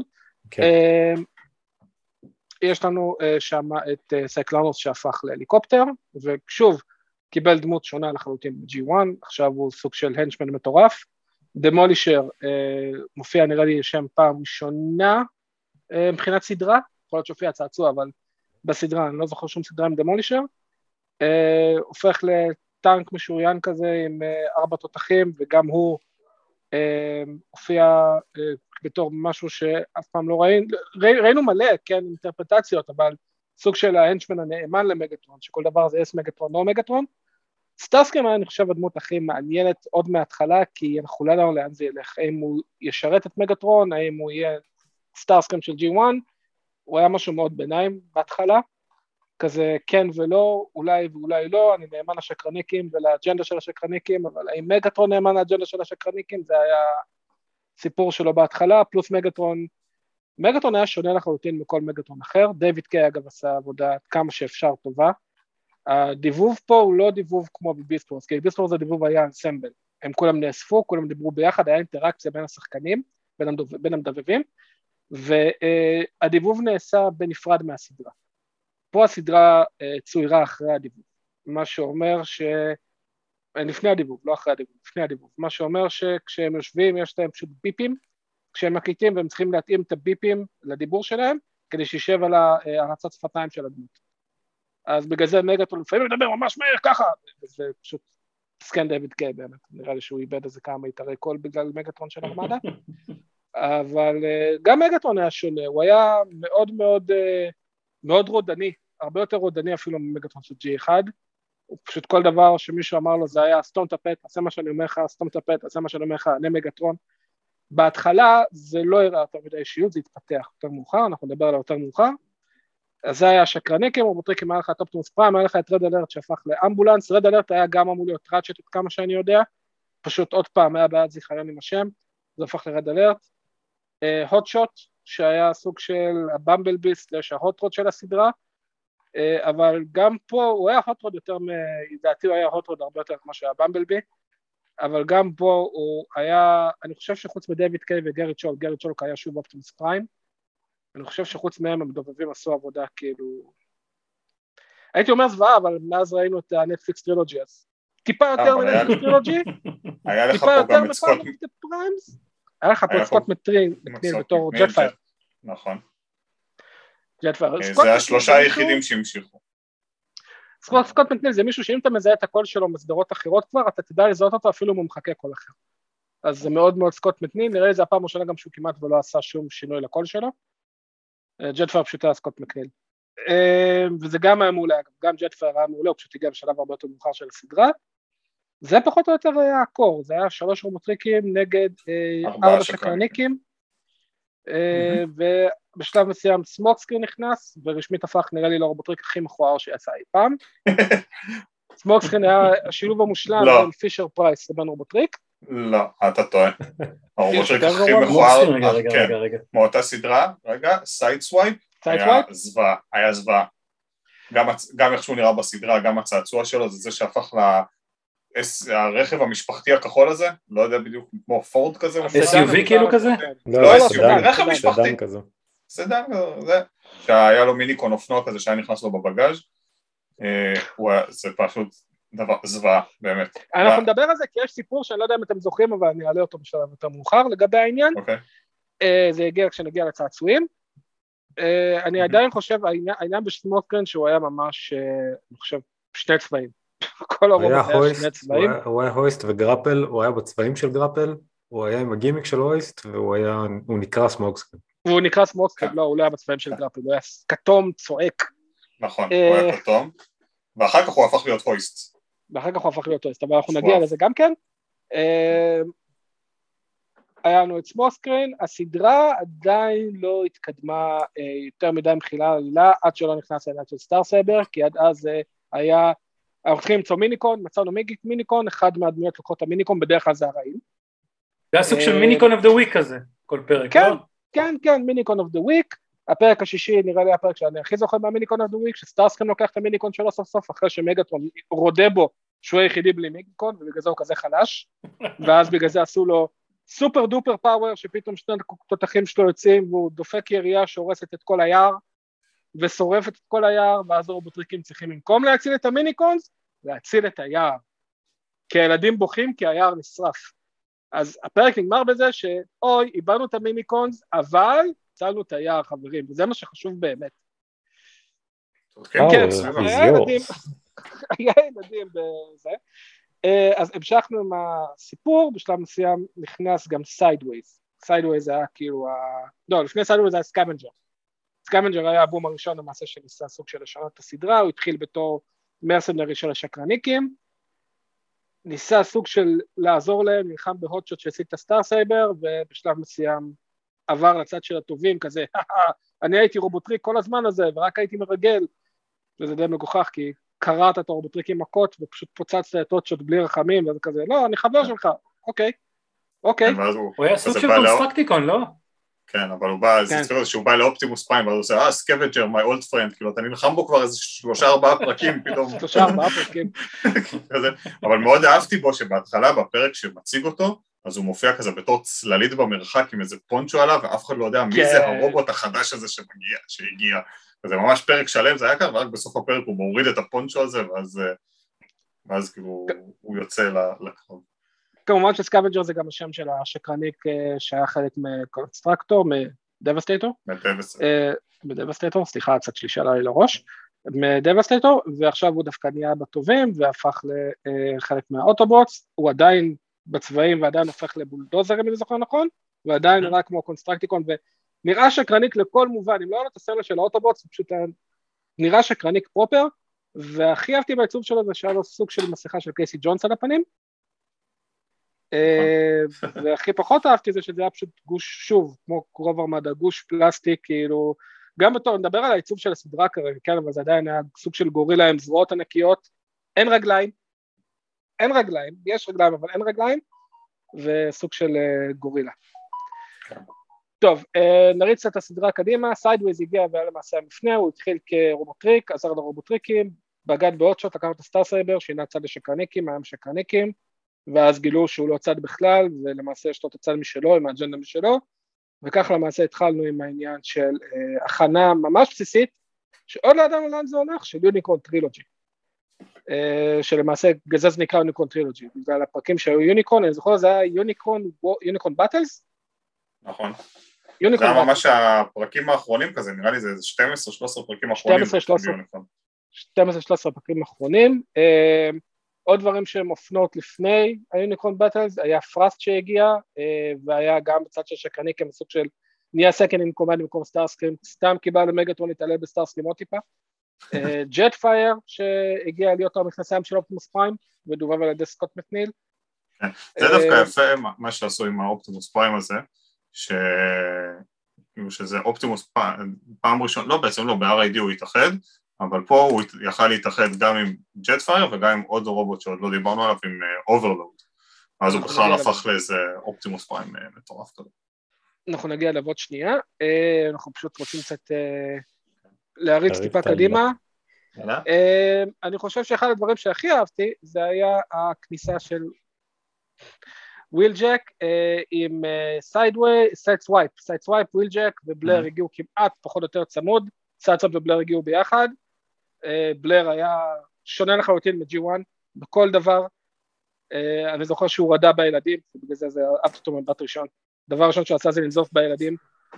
יש לנו שם את סייקלונוס שהפך להליקופטר, ושוב, קיבל דמות שונה לחלוטין ב-ג'י וואן, עכשיו הוא סוג של הנצ'מן מטורף. דמולישר מופיע נראה לי שם פעם ראשונה מבחינת סדרה, יכול להיות שהופיע צעצוע, אבל בסדרה, אני לא זוכר שום סדרה עם דמולישר, אה, הופך לטנק משוריין כזה עם אה, ארבע תותחים, וגם הוא אה, הופיע אה, בתור משהו שאף פעם לא ראינו, ראי, ראינו מלא, כן, אינטרפרטציות, אבל סוג של ההנצ'מן הנאמן למגטרון, שכל דבר זה אס מגטרון או מגטרון. סטארסקרים היה, אני חושב, הדמות הכי מעניינת עוד מההתחלה, כי אנחנו לא יודעים לאן זה ילך, האם הוא ישרת את מגטרון, האם הוא יהיה סטארסקרים של ג'י וואן, הוא היה משהו מאוד ביניים בהתחלה, כזה כן ולא, אולי ואולי לא, אני נאמן לשקרניקים ולאג'נדה של השקרניקים, אבל האם מגטרון נאמן לאג'נדה של השקרניקים, זה היה סיפור שלו בהתחלה, פלוס מגטרון, מגטרון היה שונה לחלוטין מכל מגטרון אחר, דיוויד קיי אגב עשה עבודה כמה שאפשר טובה, הדיבוב פה הוא לא דיבוב כמו בביסט וורס, כי בביסט וורס הדיבוב היה אנסמבל, הם כולם נאספו, כולם דיברו ביחד, היה אינטראקציה בין השחקנים, בין, המדוב, בין המדבבים, והדיבוב נעשה בנפרד מהסדרה. פה הסדרה צוירה אחרי הדיבוב, מה שאומר ש... לפני הדיבוב, לא אחרי הדיבוב, לפני הדיבוב, מה שאומר שכשהם יושבים יש להם פשוט ביפים, כשהם מקליטים והם צריכים להתאים את הביפים לדיבור שלהם, כדי שישב על הרצת שפתיים של הדמות. אז בגלל זה מגטרון לפעמים מדבר ממש מהר ככה, וזה פשוט סקן דיוויד קיי באמת, נראה לי שהוא איבד איזה כמה מיתרי קול בגלל מגטרון של ארמדה, אבל גם מגטרון היה שונה, הוא היה מאוד מאוד, מאוד רודני, הרבה יותר רודני אפילו ממגטרון של ג'י אחד, הוא פשוט כל דבר שמישהו אמר לו זה היה סתום את הפה, עשה מה שאני אומר לך, סתום את הפה, עשה מה שאני אומר לך, ענה מגטרון, בהתחלה זה לא הראה יותר מדי אישיות, זה התפתח יותר מאוחר, אנחנו נדבר עליו יותר מאוחר, אז זה היה שקרניקים, רובוטריקים היה לך את אופטימוס פריים, היה לך את רד אלרט שהפך לאמבולנס, רד אלרט היה גם אמור להיות ראצ'ט עד כמה שאני יודע, פשוט עוד פעם היה בעד זיכיון עם השם, זה הפך לרד אלרט, הוטשוט שהיה סוג של הבמבל ביסט, יש ההוטרוד של הסדרה, אבל גם פה הוא היה הוטרוד יותר, לדעתי הוא היה הוטרוד הרבה יותר כמו שהיה במבל בי, אבל גם פה הוא היה, אני חושב שחוץ מדייוויד קיי וגרי צ'ולק, גרי צ'ולק היה שוב אופטימוס פריים, אני חושב שחוץ מהם המדובבים עשו עבודה כאילו, הייתי אומר זוועה, אבל מאז ראינו את הנטפליקס טרילוגי, אז טיפה יותר מנטפליקס טרילוגי, טיפה יותר מפריים, היה לך פה את סקוט מטרין בתור ג'טפייר. נכון. ג'טפייר. זה השלושה היחידים שהמשיכו. סקוט מטרין זה מישהו שאם אתה מזהה את הקול שלו מסדרות אחרות כבר, אתה תדע לזהות אותו אפילו אם הוא מחכה קול אחר. אז זה מאוד מאוד סקוט מטרין, נראה לי זה הפעם ראשונה גם שהוא כמעט ולא עשה שום שינוי לקול שלו. ג'טפייר פשוט היה סקוט מקניל. וזה גם היה מעולה, גם ג'טפייר היה מעולה, הוא פשוט הגיע בשלב הרבה יותר מאוחר של הסדרה. זה פחות או יותר היה הקור, זה היה שלוש רובוטריקים נגד ארבע שקרניקים, ובשלב מסוים סמוקסקרין נכנס, ורשמית הפך נראה לי לרובוטריק הכי מכוער שיצא אי פעם. סמוקסקרין היה השילוב המושלם בין פישר פרייס לבין רובוטריק. לא, אתה טועה. הרובוטריק הכי מכוער, מאותה סדרה, רגע, סייד סווייפ, היה זוועה, היה זוועה. גם איך שהוא נראה בסדרה, גם הצעצוע שלו, זה זה שהפך הרכב המשפחתי הכחול הזה, לא יודע בדיוק, כמו פורד כזה, אס יו וי כאילו כזה? לא אס יו וי, רכב משפחתי. סדן כזה, שהיה לו מיניקון אופנוע כזה שהיה נכנס לו בבגאז', זה פשוט דבר זוועה, באמת. אנחנו נדבר על זה כי יש סיפור שאני לא יודע אם אתם זוכרים, אבל אני אעלה אותו בשלב יותר מאוחר לגבי העניין. זה הגיע כשנגיע לצעצועים. אני עדיין חושב, העניין בשמוקרן שהוא היה ממש, אני חושב, שני צבעים. כל הרוב היה שני צבעים. הוא היה הויסט וגרפל, הוא היה בצבעים של גרפל, הוא היה עם הגימיק של הויסט, והוא נקרא סמוקסקרן. והוא נקרא סמוקסקרן, לא, הוא לא היה בצבעים של גרפל, הוא היה כתום צועק. נכון, הוא היה כתום, ואחר כך הוא הפך להיות הויסט. ואחר כך הוא הפך להיות הויסט, אבל אנחנו נגיע לזה גם כן. היה לנו את סמוקסקרן, הסדרה עדיין לא התקדמה יותר מדי מחילה עלילה, עד שלא נכנס לעניין של סטאר סייבר, כי עד אז היה, אנחנו צריכים למצוא מיניקון, מצאנו מיניקון, אחד מהדמויות לוקחות המיניקון, בדרך כלל זה הרעים. זה הסוג של מיניקון of the week הזה, כל פרק, כן, לא? כן, כן, מיניקון of the week, הפרק השישי נראה לי הפרק שאני הכי זוכר מהמיניקון of the week, שסטארסקרן לוקח את המיניקון שלו סוף סוף, אחרי שמגטרון רודה בו, שהוא היחידי בלי מיניקון, ובגלל זה הוא כזה חלש, ואז בגלל זה עשו לו סופר דופר פאוור, שפתאום שני תותחים שלו יוצאים, והוא דופק ירייה שהורסת את כל היער, ושורפת את כל היער, ואז הרובוטריקים צריכים במקום להציל את המיניקונס, להציל את היער. כי הילדים בוכים כי היער נשרף. אז הפרק נגמר בזה שאוי, איבדנו את המיניקונס, אבל הצלנו את היער, חברים, וזה מה שחשוב באמת. כן, כן, היה ילדים, היה ילדים בזה. אז המשכנו עם הסיפור, בשלב מסוים נכנס גם סיידווייז. סיידווייז היה כאילו, לא, לפני סיידווייז היה סקאבנג'ר. סקאבנג'ר היה הבום הראשון למעשה שניסה סוג של לשנות את הסדרה, הוא התחיל בתור מרסנרי של השקרניקים, ניסה סוג של לעזור להם, נלחם בהוטשוט שהשיג את הסטאר סייבר, ובשלב מסוים עבר לצד של הטובים, כזה, אני הייתי רובוטריק כל הזמן הזה, ורק הייתי מרגל, וזה די מגוחך, כי קראת את הרובוטריק עם מכות, ופשוט פוצצת את הוטשוט בלי רחמים, וזה כזה, לא, אני חבר שלך, אוקיי, אוקיי. הוא היה סוג של קונסטרקטיקון, לא? כן, אבל הוא בא, זה צריך להיות שהוא בא לאופטימוס פריים, ואז הוא עושה, אה, סקוונג'ר, my old friend, כאילו, אתה נלחם בו כבר איזה שלושה ארבעה פרקים, פתאום. שלושה ארבעה פרקים. אבל מאוד אהבתי בו שבהתחלה, בפרק שמציג אותו, אז הוא מופיע כזה בתור צללית במרחק עם איזה פונצ'ו עליו, ואף אחד לא יודע מי זה הרובוט החדש הזה שהגיע. וזה ממש פרק שלם, זה היה כאן, ורק בסוף הפרק הוא מוריד את הפונצ'ו הזה, ואז כאילו הוא יוצא לקרוב. כמובן שסקאבנג'ר זה גם השם של השקרניק שהיה חלק מקונסטרקטור, מדבסטייטור. מדבסטייטור. מדבסטייטור, סליחה, הצד שלישי עלה לי לראש. מדבסטייטור, ועכשיו הוא דווקא נהיה בטובים, והפך לחלק מהאוטובוטס, הוא עדיין בצבעים, ועדיין הופך לבולדוזר, אם אני זוכר נכון, ועדיין נראה כמו קונסטרקטיקון, ונראה שקרניק לכל מובן, אם לא היה לו את הסמל של האוטובוטס, הוא פשוט נראה שקרניק פרופר, והכי אהבתי בעיצוב שלו, זה שהיה לו סוג של מסכה של קייסי ג'ונס על הפנים, והכי פחות אהבתי זה שזה היה פשוט גוש, שוב, כמו רוב ארמדה, גוש פלסטיק, כאילו, גם בתור, נדבר על העיצוב של הסדרה כרגע, כן, אבל זה עדיין היה סוג של גורילה עם זרועות ענקיות, אין רגליים, אין רגליים, יש רגליים אבל אין רגליים, וסוג של גורילה. טוב, נריץ את הסדרה קדימה, סיידוויז הגיע והיה למעשה המפנה, הוא התחיל כרובוטריק, עזר לרובוטריקים, בגד בעוד שוט, לקח את הסטאר סייבר, שינה צד לשקרניקים, היה משקרניקים, ואז גילו שהוא לא צד בכלל, ולמעשה יש לו את הצד משלו, עם האג'נדה משלו, וכך למעשה התחלנו עם העניין של אה, הכנה ממש בסיסית, שעוד לא ידענו לאן זה הולך, של יוניקורן טרילוגי, אה, שלמעשה גזז זה נקרא יוניקורן טרילוגי, בגלל הפרקים שהיו יוניקורן, אני זוכר זה היה יוניקורן, יוניקורן באטלס? נכון, יוניקורן זה היה ממש הפרקים האחרונים כזה, נראה לי זה שתים עשרה שלוש עשרה פרקים אחרונים, שתים עשרה שלוש עשרה פרקים אחרונים, אה, עוד דברים שהם אופנות לפני היוניקורן באטלס, היה פרסט שהגיע, והיה גם בצד של שקרניק כמסוג של נהיה סקנד אין קומנד במקום סטארסקרים, סתם קיבל למגטרון להתעלל בסטארסקרים עוד טיפה, ג'ט פייר שהגיע להיות המכנסיים של אופטימוס פריים, ודובב על ידי סקוט מקניל. זה דווקא יפה מה שעשו עם האופטימוס פריים הזה, שזה אופטימוס פעם ראשון, לא בעצם לא, ב-אר איי די הוא התאחד, אבל פה הוא יכל להתאחד גם עם ג'טפייר וגם עם עוד רובוט שעוד לא דיברנו עליו, עם אוברלוד. אז הוא בכלל הפך לאיזה אופטימוס פריים מטורף כזה. אנחנו נגיע אליו עוד שנייה, אנחנו פשוט רוצים קצת להריץ טיפה קדימה. אני חושב שאחד הדברים שהכי אהבתי, זה היה הכניסה של וויל ג'ק עם סיידווי, סייד סווייפ, סייד סווייפ, וויל ג'ק ובלר הגיעו כמעט פחות או יותר צמוד, סיידסווייפ ובלר הגיעו ביחד, בלר היה שונה לחלוטין מ-ג'י וואן בכל דבר, אני זוכר שהוא רדה בילדים, בגלל זה זה אהבתי אותו מבט ראשון, דבר ראשון שהוא עשה זה לנזוף בילדים,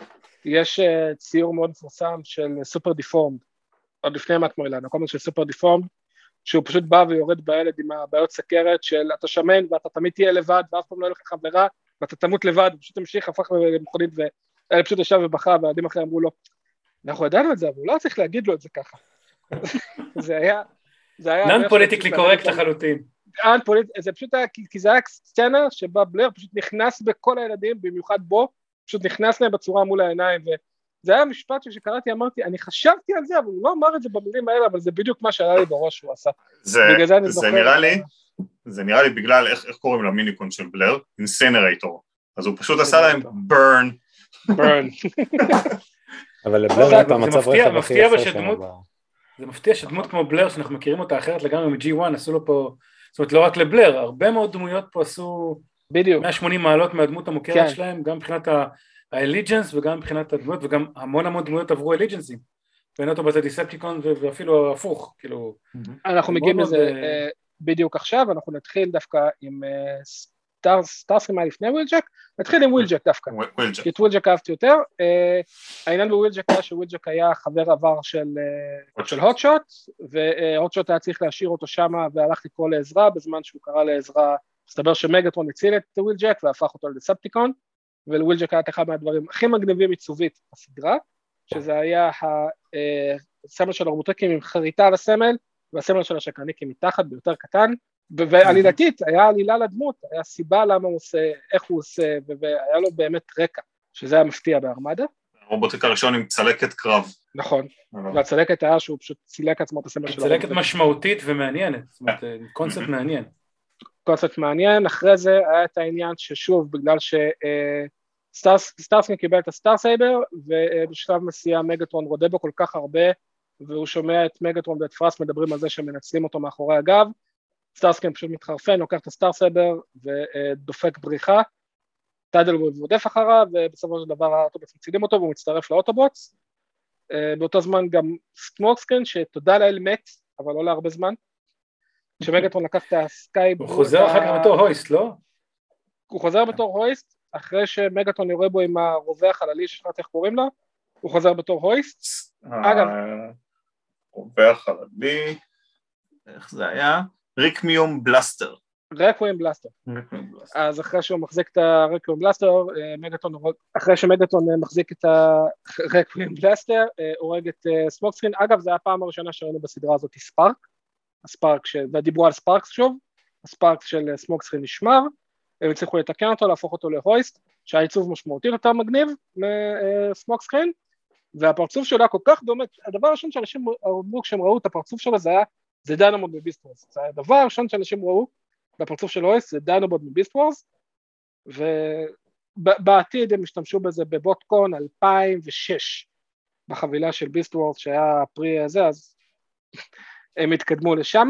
יש ציור מאוד מפורסם של סופר דיפורמד, עוד לפני מקמוילן, הכל של סופר דיפורמד, שהוא פשוט בא ויורד בילד עם הבעיות סכרת של אתה שמן ואתה תמיד תהיה לבד ואף פעם לא יהיה לך חברה ואתה תמות לבד, פשוט תמשיך, הפך למכונית ואלה פשוט ישב ובכה והילדים אחרים אמרו לו, אנחנו ידענו את זה, אבל הוא לא צריך להגיד לו את זה ככה. זה היה... נון פוליטיקלי קורקט לחלוטין. זה פשוט היה, כי זה היה סצנה שבה בלר פשוט נכנס בכל הילדים, במיוחד בו, פשוט נכנס להם בצורה מול העיניים, וזה היה משפט שקראתי, אמרתי, אני חשבתי על זה, אבל הוא לא אמר את זה במילים האלה, אבל זה בדיוק מה שהיה לי בראש שהוא עשה. זה נראה לי, זה נראה לי בגלל איך קוראים למיניקון של בלר, אינסנרייטור, אז הוא פשוט עשה להם burn. burn. אבל לבלר את המצב רכב הכי יפה שם. זה מפתיע שדמות כמו בלר, שאנחנו מכירים אותה אחרת לגמרי מ-ג'י וואן, עשו לו פה, זאת אומרת לא רק לבלר, הרבה מאוד דמויות פה עשו מאה ושמונים מעלות מהדמות המוכרת שלהם, גם מבחינת האליג'נס וגם מבחינת הדמויות, וגם המון המון דמויות עברו אליג'נסים, בין אותו בדיספטיקון ואפילו הפוך, כאילו. אנחנו מגיעים לזה בדיוק עכשיו, אנחנו נתחיל דווקא עם סטארסקרים היה לפני וויל ג'ק, נתחיל עם וויל ג'ק דווקא, כי את וויל ג'ק אהבתי יותר, העניין בוויל ג'ק היה שוויל ג'ק היה חבר עבר של הוטשוט, והוטשוט היה צריך להשאיר אותו שם, והלך לקרוא לעזרה, בזמן שהוא קרא לעזרה, מסתבר שמגטרון הציל את וויל ג'ק, והפך אותו לדיספטיקון, ולוויל ג'ק היה אחד מהדברים הכי מגניבים עיצובית בסדרה, שזה היה הסמל של הרובוטריקים עם חריטה על הסמל, והסמל של השקרניקים מתחת ביותר קטן, ועלילתית, היה עלילה לדמות, היה סיבה למה הוא עושה, איך הוא עושה, והיה לו באמת רקע, שזה היה מפתיע בארמדה. הרובוטריק הראשון עם צלקת קרב. נכון, והצלקת היה שהוא פשוט צילק עצמו את הסמל של הרובוטריק. צלקת משמעותית ומעניינת, זאת אומרת, קונספט מעניין. קונספט מעניין, אחרי זה היה את העניין ששוב, בגלל שסטארסקרים קיבל את הסטאר סייבר, ובשלב מסוים מגטרון רודה בו כל כך הרבה, והוא שומע את מגטרון ואת פרס מדברים על זה שהם מנצלים אותו מאחורי הגב, סטארסקרים פשוט מתחרפן, לוקח את הסטאר סייבר ודופק בריחה, טאדל ועודף אחריו, ובסופו של דבר האוטובוס מצילים אותו והוא מצטרף לאוטובוס, באותו זמן גם סמוקסקרין שתודה לאל מת, אבל לא להרבה זמן, כשמגטרון לקח את הסקייב, הוא חוזר אחר כך בתור הויסט, לא? הוא חוזר בתור הויסט, אחרי שמגטרון יורה בו עם הרובה החללי ששנת איך קוראים לה, הוא חוזר בתור הויסט, אגב, רווח על הדי, איך זה היה? ריקוויום בלאסטר. ריקוויום בלאסטר. אז אחרי שהוא מחזיק את הריקוויום בלאסטר, מגאטון, אחרי שמגאטון מחזיק את הריקוויום בלאסטר, הורג את סמוקסקרין. אגב, זו הפעם הראשונה שראינו בסדרה הזאת ספארק, הספארק, ודיברו על ספארקס שוב, הספארקס של סמוקסקרין נשמר, הם הצליחו לתקן אותו, להפוך אותו להויסט, שהעיצוב משמעותי יותר מגניב מסמוקסקרין, והפרצוף שלו היה כל כך דומה, הדבר הראשון שאנשים אמרו כשהם ראו את הפרצוף שלו זה היה, זה דיינמוד מביסט וורס, זה הדבר הראשון שאנשים ראו בפרצוף של הויסט, זה דיינמוד מביסט וורס, ובעתיד הם השתמשו בזה בבוטקון אלפיים ושש, בחבילה של ביסט וורס שהיה פרי הזה, אז הם התקדמו לשם.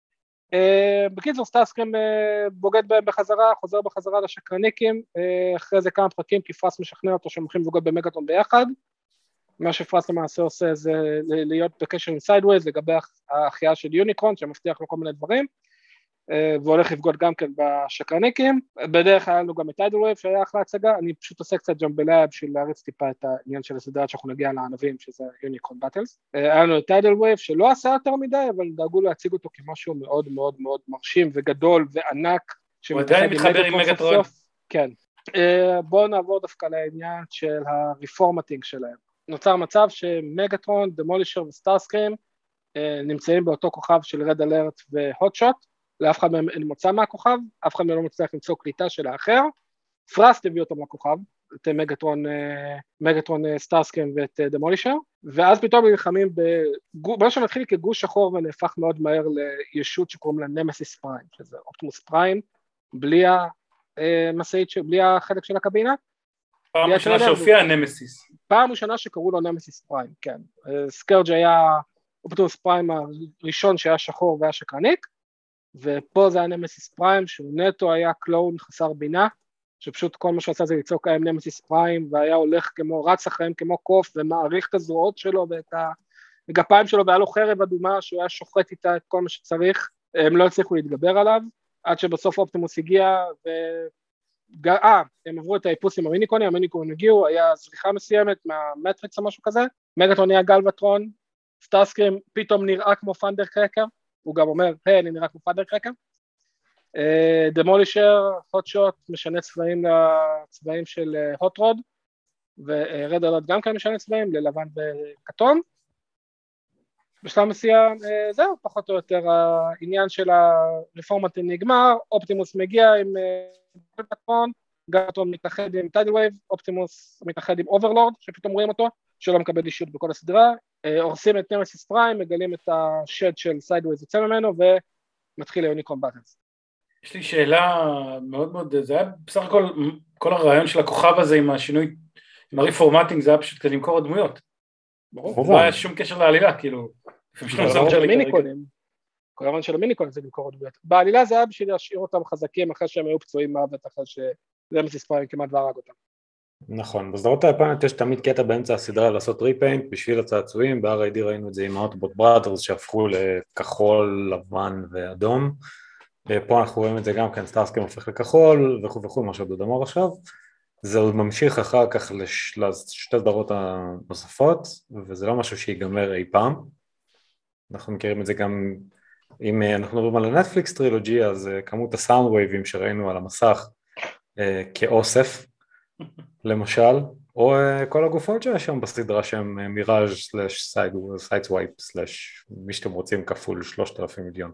בקיצור, סטארסקרים בוגד בהם בחזרה, חוזר בחזרה לשקרניקים, אחרי זה כמה פרקים, כי פרס משכנע אותו שהם הולכים לבוגד במגאטון ביחד, מה שפרס למעשה עושה זה להיות בקשר עם סיידווייז לגבי ההחייאה של יוניקרון, שמבטיח לו כל מיני דברים, והולך לבגוד גם כן בשקרניקים. בדרך היה לנו גם את טיידל ווייב שהיה אחלה הצגה, אני פשוט עושה קצת ג'מבליה בשביל להריץ טיפה את העניין של הסדרה שאנחנו נגיע לענבים, שזה יוניקרון באטלס. היה לנו את טיידל ווייב שלא עשה יותר מדי, אבל דאגו להציג אותו כמשהו מאוד מאוד מאוד מרשים וגדול וענק, הוא עדיין מתחבר עם מגאטרון. כן. בואו נעבור דווקא לעניין של הרפורמטינג שלהם. נוצר מצב שמגאטרון, דמולישר וסטארסקרים נמצאים באותו כוכב של רד אלרט והוטשוט, לאף אחד מהם אין מוצא מהכוכב, אף אחד מהם לא מצליח למצוא קליטה של האחר, פרסט הביא אותם לכוכב, את מגאטרון, מגאטרון סטארסקרים ואת דמולישר, ואז פתאום הם נלחמים, מה שמתחיל כגוש שחור ונהפך מאוד מהר לישות שקוראים לה נמסיס פריים, שזה אופטימוס פריים, בלי המסעית, בלי החלק של הקבינה, פעם ראשונה שהופיע נמסיס. פעם ראשונה שקראו לו נמסיס פריים, כן. סקרג' היה אופטימוס פריים הראשון שהיה שחור והיה שקרניק, ופה זה היה נמסיס פריים, שהוא נטו היה קלון חסר בינה, שפשוט כל מה שעשה זה ליצוק להם נמסיס פריים, והיה הולך כמו, רץ אחריהם כמו קוף, ומעריך את הזרועות שלו ואת הגפיים שלו, והיה לו חרב אדומה, שהוא היה שוחט איתה את כל מה שצריך, הם לא הצליחו להתגבר עליו, עד שבסוף אופטימוס הגיע, ו... אה, הם עברו את האיפוס עם המיניקונים, המיניקונים הגיעו, היה זריחה מסוימת מהמטריקס או משהו כזה, מגאטרון היה גלווטרון, סטארסקרים פתאום נראה כמו פנדר קרקר, הוא גם אומר, היי, אני נראה כמו פנדר קרקר, דמולישר, הוטשוט, משנה צבעים לצבעים של הוטרוד, ורד אלרט גם כן משנה צבעים, ללבן וכתום, בשלב מסוים, זהו, פחות או יותר העניין של הרפורמטים נגמר, אופטימוס מגיע עם גלווטרון, גלווטרון מתאחד עם טיידל ווייב, אופטימוס מתאחד עם אוברלורד, שפתאום רואים אותו, שלא מקבל אישיות בכל הסדרה, הורסים את נמסיס פריים, מגלים את השד של סיידווייז יוצא ממנו, ומתחיל היוניקרון באטלס. יש לי שאלה מאוד מאוד, זה היה בסך הכל, כל הרעיון של הכוכב הזה עם השינוי, עם הרפורמטינג, זה היה פשוט כדי למכור הדמויות. ברור. לא היה שום קשר לעלילה, כאילו. כל הרעיון של המיניקונים, כל הרעיון של המיניקונים זה למכור הדמויות. בעלילה זה היה בשביל להשאיר אותם חזקים, אחרי שהם היו פצועים מוות, אחרי שנמסיס פריים כמעט והרג אותם. נכון, בסדרות היפניות יש תמיד קטע באמצע הסדרה לעשות ריפיינט בשביל הצעצועים, ב-אר איי די ראינו את זה עם האוטובוט בראדרס שהפכו לכחול, לבן ואדום, פה אנחנו רואים את זה גם כן, סטארסקרים הופך לכחול וכו' וכו', מה שעוד אמר עכשיו, זה עוד ממשיך אחר כך לש... לשתי סדרות הנוספות, וזה לא משהו שיגמר אי פעם, אנחנו מכירים את זה גם, אם אנחנו מדברים על הנטפליקס טרילוגי, אז כמות הסאונד ווייבים שראינו על המסך כאוסף, למשל, או כל הגופות שיש שם בסדרה שהם מיראז' סלש סיידסווייפ סלש מי שאתם רוצים כפול שלושת אלפים מיליון.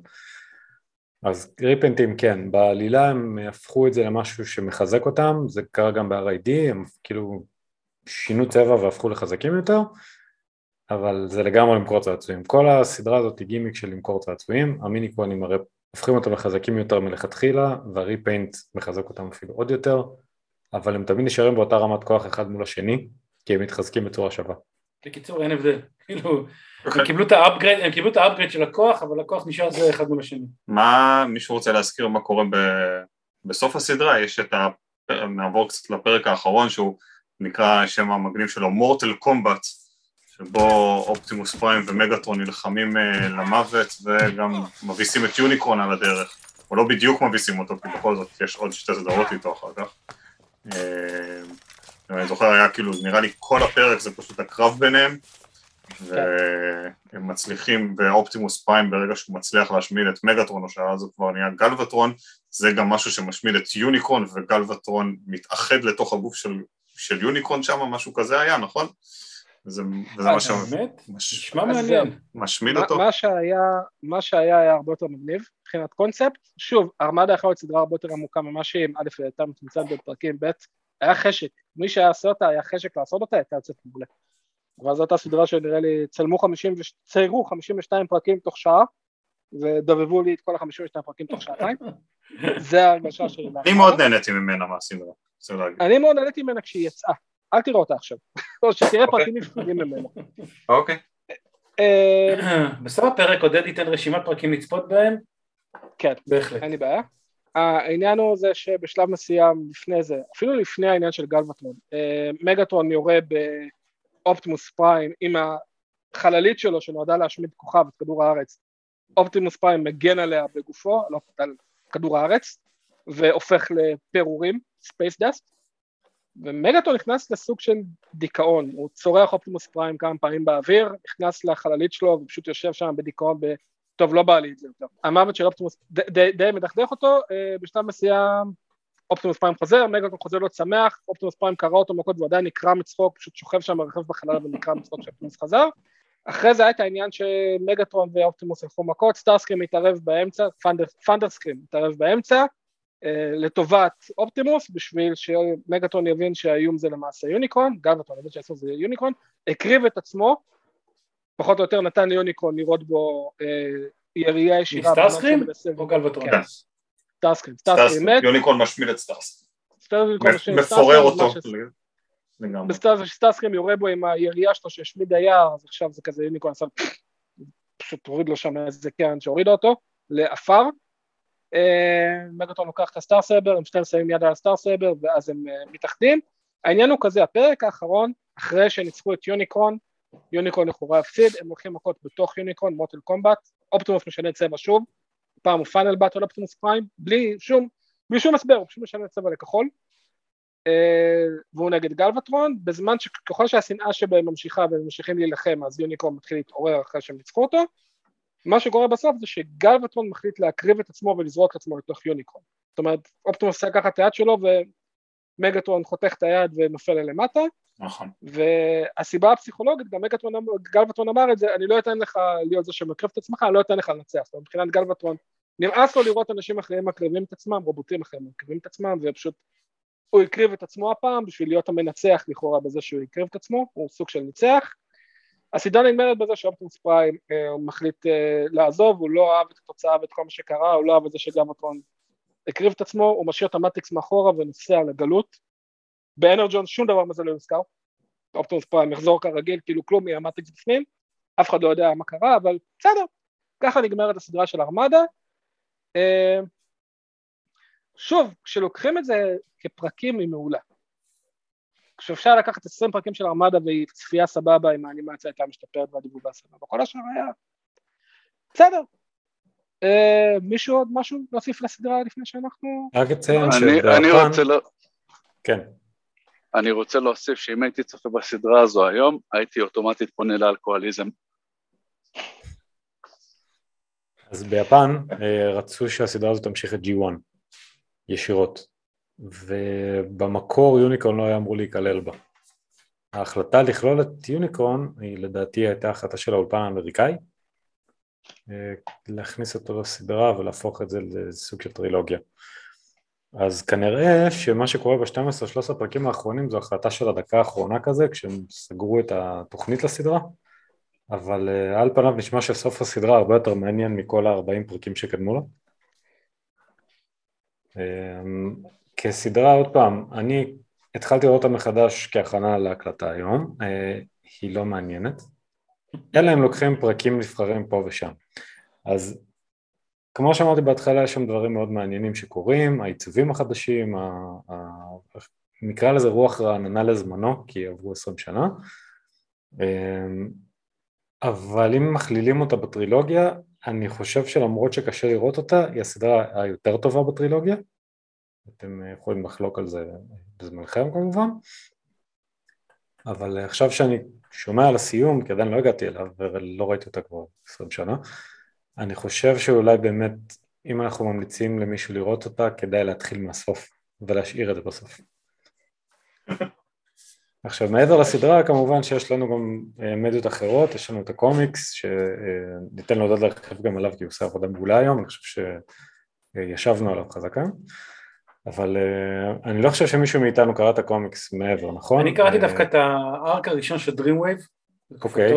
אז ריפנטים כן, בעלילה הם הפכו את זה למשהו שמחזק אותם, זה קרה גם ב-אר איי די, הם כאילו שינו צבע והפכו לחזקים יותר, אבל זה לגמרי למכור צעצועים. כל הסדרה הזאת היא גימיק של למכור צעצועים, המיניקונים הרי הופכים אותם לחזקים יותר מלכתחילה, והריפנט מחזק אותם אפילו עוד יותר, אבל הם תמיד נשארים באותה רמת כוח אחד מול השני, כי הם מתחזקים בצורה שווה. בקיצור, אין הבדל. כאילו, הם קיבלו את האפגרייד, הם קיבלו את האפגרייד של הכוח, אבל הכוח נשאר זה אחד מול השני. מה, מישהו רוצה להזכיר מה קורה בסוף הסדרה? יש את ה... נעבור קצת לפרק האחרון, שהוא נקרא שם המגניב שלו, מורטל קומבט, שבו אופטימוס פריים ומגאטרון נלחמים למוות, וגם מביסים את יוניקרון על הדרך. או לא בדיוק מביסים אותו, כי בכל זאת יש עוד שתי סדרות איתו אחר כך. אני זוכר, היה כאילו, נראה לי כל הפרק זה פשוט הקרב ביניהם, והם מצליחים באופטימוס פריים ברגע שהוא מצליח להשמיד את מגאטרון, או שאז הוא כבר נהיה גלווטרון, זה גם משהו שמשמיד את יוניקרון, וגלווטרון מתאחד לתוך הגוף של, של יוניקרון שם, משהו כזה היה, נכון? וזה, וזה מה נשמע מעניין. משמיד אותו. מה שהיה, מה שהיה היה הרבה יותר מגניב, מבחינת קונספט, שוב, ארמדה יכולה להיות סדרה הרבה יותר עמוקה ממה שהיא, א', הייתה מצומצמת בפרקים, ב', היה חשק, מי שהיה עושה אותה, היה חשק לעשות אותה, הייתה יוצאת מעולה. אבל זאת הסדרה שנראה לי, צלמו חמישים, ציירו חמישים ושתיים פרקים תוך שעה, ודבבו לי את כל ה-חמישים ושתיים פרקים תוך שעתיים, זה ההרגשה שלי. אני מאוד נהניתי ממנה מהסדרה. אני מאוד נהניתי ממנה כשהיא יצאה, אל תראה אותה עכשיו, או שתראה פרקים נפרדים ממנה. אוקיי. בסוף הפרק עודד ייתן רשימת פרקים לצפות בהם? כן, בהחלט. אין לי בעיה. העניין הוא זה שבשלב מסוים לפני זה, אפילו לפני העניין של גלווטרון, מגאטרון יורה באופטימוס פריים עם החללית שלו שנועדה להשמיד כוכב את כדור הארץ, אופטימוס פריים מגן עליה בגופו, לא על כדור הארץ, והופך לפירורים, ספייס דאסט, ומגאטרון נכנס לסוג של דיכאון, הוא צורח אופטימוס פריים כמה פעמים באוויר, נכנס לחללית שלו ופשוט יושב שם בדיכאון, ב... טוב לא בא לי את זה יותר, המוות של אופטימוס די, די, די מדכדך אותו, בשלב מסוים אופטימוס פריים חוזר, מגאטרון חוזר להיות שמח, אופטימוס פריים קרא אותו מכות והוא עדיין נקרא מצחוק, פשוט שוכב שם מרחב בחלל ונקרא מצחוק שאופטימוס חזר, אחרי זה היה את העניין שמגאטרון ואופטימוס הלכו מכות, סטארסקרים מתערב באמצע, פנדרסקרים מתערב באמצע, לטובת אופטימוס, בשביל שמגאטרון יבין שהאיום זה למעשה יוניקרון, גלווטרון יבין שהאיום זה יוניקרון, הקריב את עצמו, פחות או יותר נתן ליוניקרון לראות בו ירייה ישירה. מסטארסקרים או גלווטרון? סטארסקרים, סטארסקרים מת. יוניקרון משמיד את סטארסקרים. מפורר אותו. סטארסקרים יורה בו עם הירייה שלו שהשמיד היער, אז עכשיו זה כזה יוניקרון, פשוט הוריד לו שם איזה קרן שהורידה אותו, לאפר. מגאטרון לוקח את הסטאר סייבר, הם שתיים שמים יד על הסטאר סייבר, ואז הם מתאחדים. העניין הוא כזה, הפרק האחרון, אחרי שניצחו את יוניקרון, יוניקרון לכאורה הפסיד, הם הולכים מכות בתוך יוניקרון, מוטל קומבט, אופטימוס משנה צבע שוב, פעם הוא פאנל באט על אופטימוס פריים, בלי שום, בלי שום הסבר, הוא פשוט משנה צבע לכחול, והוא נגד גלווטרון, בזמן שככל שהשנאה שבהם ממשיכה והם ממשיכים להילחם, אז יוניקרון מתחיל להתעורר אחרי שהם ניצחו אותו, מה שקורה בסוף זה שגלווטרון מחליט להקריב את עצמו ולזרוק את עצמו לתוך יוניקרון, זאת אומרת, אופטימוס עושה ככה את היד שלו ומגאטרון חותך את היד ונופל למטה, נכון. והסיבה הפסיכולוגית, גם גלווטרון אמר את זה, אני לא אתן לך להיות זה שמקריב את עצמך, אני לא אתן לך לנצח, זאת אומרת, מבחינת גלווטרון, נמאס לו לראות אנשים אחרים מקריבים את עצמם, רובוטים אחרים מקריבים את עצמם, ופשוט הוא יקריב את עצמו הפעם, בשביל להיות המנצח לכאורה בזה שהוא יקריב את עצמו, הוא סוג של ניצח, הסדרה נגמרת בזה שאופטימוס פריים הוא מחליט לעזוב, הוא לא אהב את התוצאה ואת כל מה שקרה, הוא לא אהב את זה שגלווטרון הקריב את עצמו, הוא משאיר את המטריקס מאחורה ונוסע לגלות, באנרג'ון שום דבר מזה לא יוזכר, אופטימוס פריים יחזור כרגיל, כאילו כלום יהיה המטריקס בפנים, אף אחד לא יודע מה קרה, אבל בסדר, ככה נגמרת הסדרה של ארמדה. שוב, כשלוקחים את זה כפרקים היא מעולה, כשאפשר לקחת עשרים פרקים של ארמדה והיא צפייה סבבה, עם האנימציה הייתה משתפרת והדיבוב הסבבה, כל השאר היה בסדר. מישהו עוד משהו להוסיף לסדרה לפני שאנחנו... רק אציין אני רוצה לא... כן. אני רוצה להוסיף שאם הייתי צופה בסדרה הזו היום, הייתי אוטומטית פונה לאלכוהוליזם. אז ביפן רצו שהסדרה הזו תמשיך את ג'י וואן, ישירות, ובמקור יוניקרון לא היה אמור להיכלל בה. ההחלטה לכלול את יוניקרון, היא לדעתי הייתה החלטה של האולפן האמריקאי, להכניס אותו לסדרה ולהפוך את זה לסוג של טרילוגיה. אז כנראה שמה שקורה ב-שתים עשרה שלוש עשרה פרקים האחרונים זו החלטה של הדקה האחרונה כזה, כשהם סגרו את התוכנית לסדרה, אבל על פניו נשמע שסוף הסדרה הרבה יותר מעניין מכל ה-ארבעים פרקים שקדמו לה. כסדרה, עוד פעם, אני התחלתי לראות אותה מחדש כהכנה להקלטה היום, היא לא מעניינת, אלא הם לוקחים פרקים נבחרים פה ושם. אז כמו שאמרתי בהתחלה, יש שם דברים מאוד מעניינים שקורים, העיצובים החדשים, נקרא לזה רוח רעננה לזמנו, כי עברו עשרים שנה, אבל אם מכלילים אותה בטרילוגיה, אני חושב שלמרות שקשה לראות אותה, היא הסדרה היותר טובה בטרילוגיה, אתם יכולים לחלוק על זה בזמנכם כמובן, אבל עכשיו שאני שומע על הסיום, כי עדיין לא הגעתי אליו, ולא ראיתי אותה כבר עשרים שנה, אני חושב שאולי באמת, אם אנחנו ממליצים למישהו לראות אותה, כדאי להתחיל מהסוף, ולהשאיר את זה בסוף. עכשיו, מעבר לסדרה, כמובן שיש לנו גם מדיות אחרות, יש לנו את הקומיקס, שניתן לו עוד להרחיב גם עליו, כי הוא עושה עבודה מעולה היום, אני חושב שישבנו עליו חזקה, אבל אני לא חושב שמישהו מאיתנו קרא את הקומיקס מעבר, נכון? אני קראתי דווקא את הארק הראשון של DreamWave, אוקיי.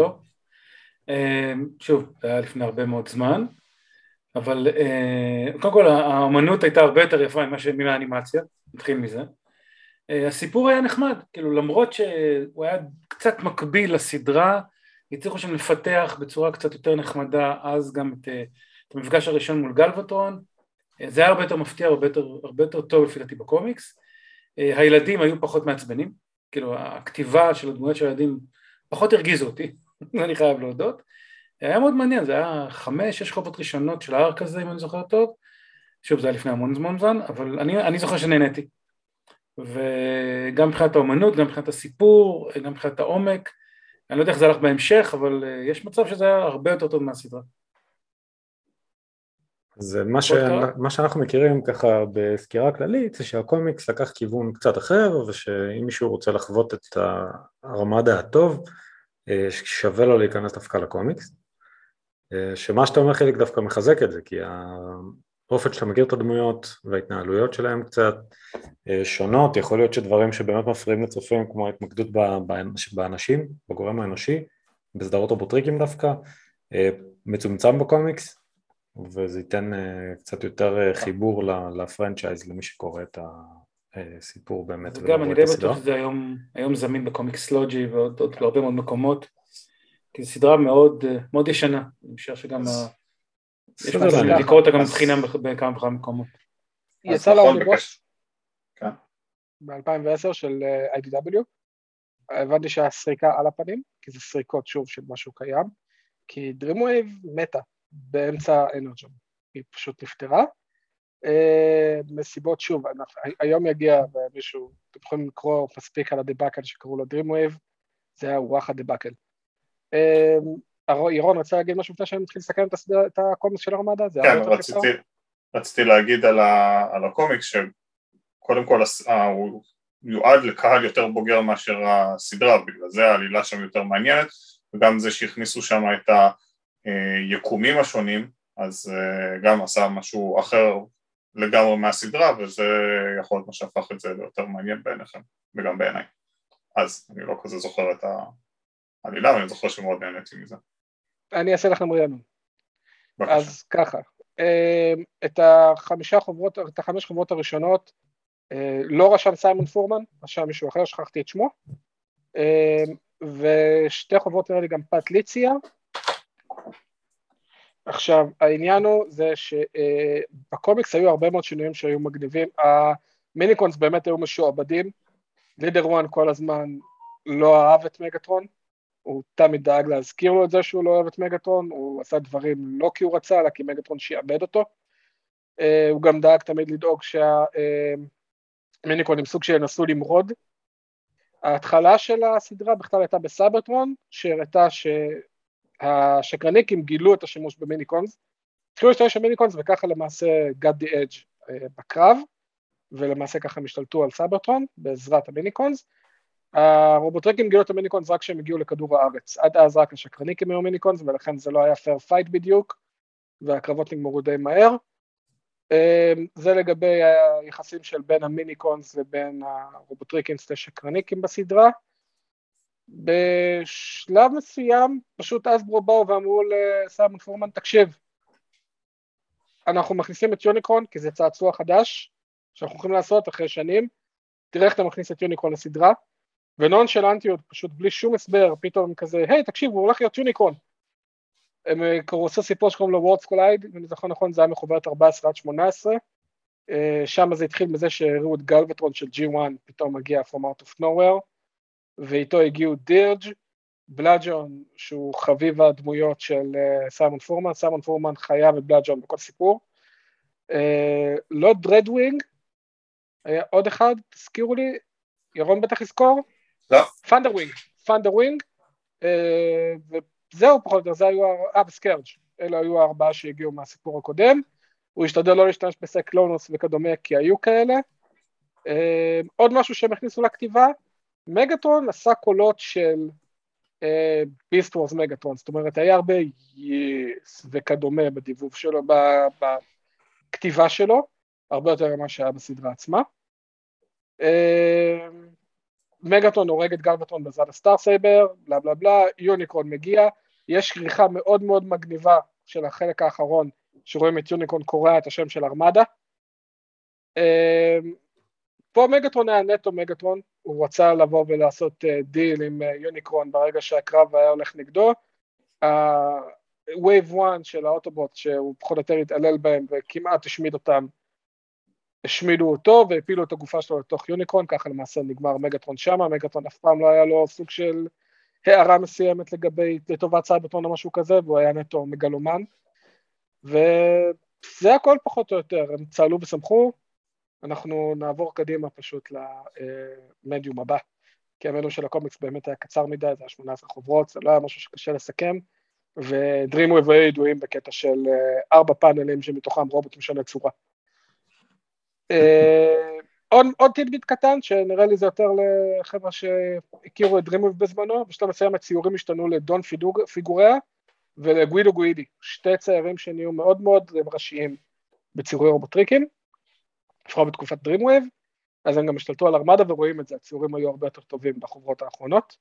שוב, זה היה לפני הרבה מאוד זמן, אבל קודם כל האמנות הייתה הרבה יותר יפה מן האנימציה, נתחיל מזה. הסיפור היה נחמד, כאילו למרות שהוא היה קצת מקביל לסדרה, הצליחו שם לפתח בצורה קצת יותר נחמדה אז גם את, את המפגש הראשון מול גלווטרון, זה היה הרבה יותר מפתיע, הרבה יותר, הרבה יותר טוב לפי דעתי בקומיקס, הילדים היו פחות מעצבנים, כאילו הכתיבה של הדמויות של הילדים פחות הרגיזו אותי, אני חייב להודות, היה מאוד מעניין, זה היה חמש, שש חובות ראשונות של הארק הזה אם אני זוכר טוב, שוב זה היה לפני המון זמן זמן, אבל אני, אני זוכר שנהניתי, וגם מבחינת האומנות, גם מבחינת הסיפור, גם מבחינת העומק, אני לא יודע איך זה הלך בהמשך, אבל יש מצב שזה היה הרבה יותר טוב מהסדרה. זה מה, ש... מה שאנחנו מכירים ככה בסקירה כללית, זה שהקומיקס לקח כיוון קצת אחר, ושאם מישהו רוצה לחוות את הרמד הטוב, שווה לו להיכנס דווקא לקומיקס, שמה שאתה אומר חלק דווקא מחזק את זה, כי האופן שאתה מכיר את הדמויות וההתנהלויות שלהם קצת שונות, יכול להיות שדברים שבאמת מפריעים לצופים, כמו ההתמקדות באנשים, בגורם האנושי, בסדרות רובוטריקים דווקא, מצומצם בקומיקס, וזה ייתן קצת יותר חיבור לפרנצ'ייז, למי שקורא את הסיפור באמת. וגם אני די בטוח שזה היום, היום זמין בקומיקסלוג'י ועוד עוד בהרבה מאוד מקומות, כי זו סדרה מאוד, מאוד ישנה, אני חושב שגם יש מצב לקרוא אותה גם מבחינה בכמה בכמה מקומות. יצא לאוניברס ב-אלפיים ועשר של איי די דאבליו, הבנתי שהסריקה על הפנים, כי זה סריקות שוב של משהו קיים, כי DreamWave מתה באמצע אנרג'ון, היא פשוט נפטרה, מסיבות שוב, היום יגיע מישהו, אתם יכולים לקרוא מספיק על הדיבקל שקראו לו DreamWave, זה היה רוח הדיבקל. ירון, רצה להגיד משהו לפני שאני מתחיל לסכם את הקומיקס של הרמדה? כן, רציתי, רציתי להגיד על, ה, על הקומיקס, שקודם כל הוא יועד לקהל יותר בוגר מאשר הסדרה, בגלל זה העלילה שם יותר מעניינת, וגם זה שהכניסו שם את היקומים השונים, אז גם עשה משהו אחר לגמרי מהסדרה, וזה יכול להיות מה שהפך את זה ליותר מעניין בעיניכם, וגם בעיניי. אז אני לא כזה זוכר את העלילה, אבל אני זוכר שמאוד נהניתי מזה. אני אעשה לכם רענון. אז ככה, את החמישה חוברות, את החמש חוברות הראשונות, לא רשם סיימון פורמן, רשם מישהו אחר, שכחתי את שמו, ושתי חוברות נראה לי גם פט ליציה. עכשיו, העניין הוא זה שבקומיקס היו הרבה מאוד שינויים שהיו מגניבים, המיניקונס באמת היו משועבדים, לידר וואן כל הזמן לא אהב את מגטרון, הוא תמיד דאג להזכיר לו את זה שהוא לא אוהב את מגטרון, הוא עשה דברים לא כי הוא רצה, אלא כי מגטרון שיעבד אותו, הוא גם דאג תמיד לדאוג שהמיניקונים סוג שינסו למרוד, ההתחלה של הסדרה בכלל הייתה בסייברטרון, שהראתה שהשקרניקים גילו את השימוש במיניקונס, התחילו להשתמש במיניקונס וככה למעשה got the edge בקרב, ולמעשה ככה הם השתלטו על סייברטרון בעזרת המיניקונס, הרובוטריקים גילו את המיניקונס רק כשהם הגיעו לכדור הארץ, עד אז רק השקרניקים היו מיניקונס, ולכן זה לא היה פייר פייט בדיוק, והקרבות נגמרו די מהר, זה לגבי היחסים של בין המיניקונס ובין הרובוטריקינס לשקרניקים בסדרה, בשלב מסוים פשוט אסברו באו ואמרו לסיימון פורמן, תקשיב, אנחנו מכניסים את יוניקרון כי זה צעצוע חדש, שאנחנו יכולים לעשות אחרי שנים, תראה איך אתה מכניס את יוניקרון לסדרה, ונון שלנטיות, פשוט בלי שום הסבר, פתאום כזה, היי תקשיב, הוא הולך להיות יוניקרון, הם קראו עשו סיפור שקוראים לו וורדס קולייד, ואני זוכר נכון, זה היה מחוברת ארבע עשרה עד שמונה עשרה, שם זה התחיל מזה שהראו את גלווטרון של ג'י וואן, פתאום מגיע from out of nowhere, ואיתו הגיעו דירג', בלאג'ון, שהוא חביב הדמויות של סיימון פורמן, סיימון פורמן חייב את בלאג'ון בכל סיפור, לא דרדווינג, היה עוד אחד, תזכירו לי, ירון בטח יזכור? לא. פנדרווינג, פנדרווינג, וזהו פחות או יותר, זה היו, אה, וסקרג', אלה היו הארבעה שהגיעו מהסיפור הקודם, הוא השתדל לא להשתמש בסקלונוס וכדומה, כי היו כאלה. עוד משהו שהם הכניסו לכתיבה, מגטרון עשה קולות של ביסט וורס מגטרון, זאת אומרת, היה הרבה יס וכדומה בדיבוב שלו, בכתיבה שלו, הרבה יותר ממה שהיה בסדרה עצמה. מגטרון הורג את גלבטרון בזד הסטאר סייבר, בלה בלה בלה, יוניקרון מגיע, יש כריכה מאוד מאוד מגניבה של החלק האחרון, שרואים את יוניקרון קורא את השם של ארמדה. פה מגטרון היה נטו מגטרון, הוא רצה לבוא ולעשות דיל עם יוניקרון ברגע שהקרב היה הולך נגדו, ה-Wave אחת של האוטובוט שהוא פחות או יותר התעלל בהם וכמעט השמיד אותם, השמידו אותו והפילו את הגופה שלו לתוך יוניקרון, ככה למעשה נגמר מגטרון שמה, מגטרון אף פעם לא היה לו סוג של הערה מסוימת לגבי לטובת סייברטרון או משהו כזה, והוא היה נטו מגלומן, וזה הכל פחות או יותר, הם צהלו ושמחו, אנחנו נעבור קדימה פשוט למדיום הבא, כי המדיום של הקומיקס באמת היה קצר מדי, זה היה שמונה עשרה חוברות, זה לא היה משהו שקשה לסכם, ודרימווב היו ידועים בקטע של ארבע פאנלים שמתוכם רובוט משנה צורה. עוד, עוד טיפ קטן שנראה לי זה יותר לחבר'ה שהכירו את דרימווב בזמנו, בשלב מסוים הציורים השתנו לדון פיגוריה ולגווידו גווידי, שתי ציירים שנהיו מאוד מאוד ראשיים בציורי רובוטריקים, לפחות בתקופת דרימווב, אז הם גם השתלטו על ארמדה ורואים את זה, הציורים היו הרבה יותר טובים בחוברות האחרונות.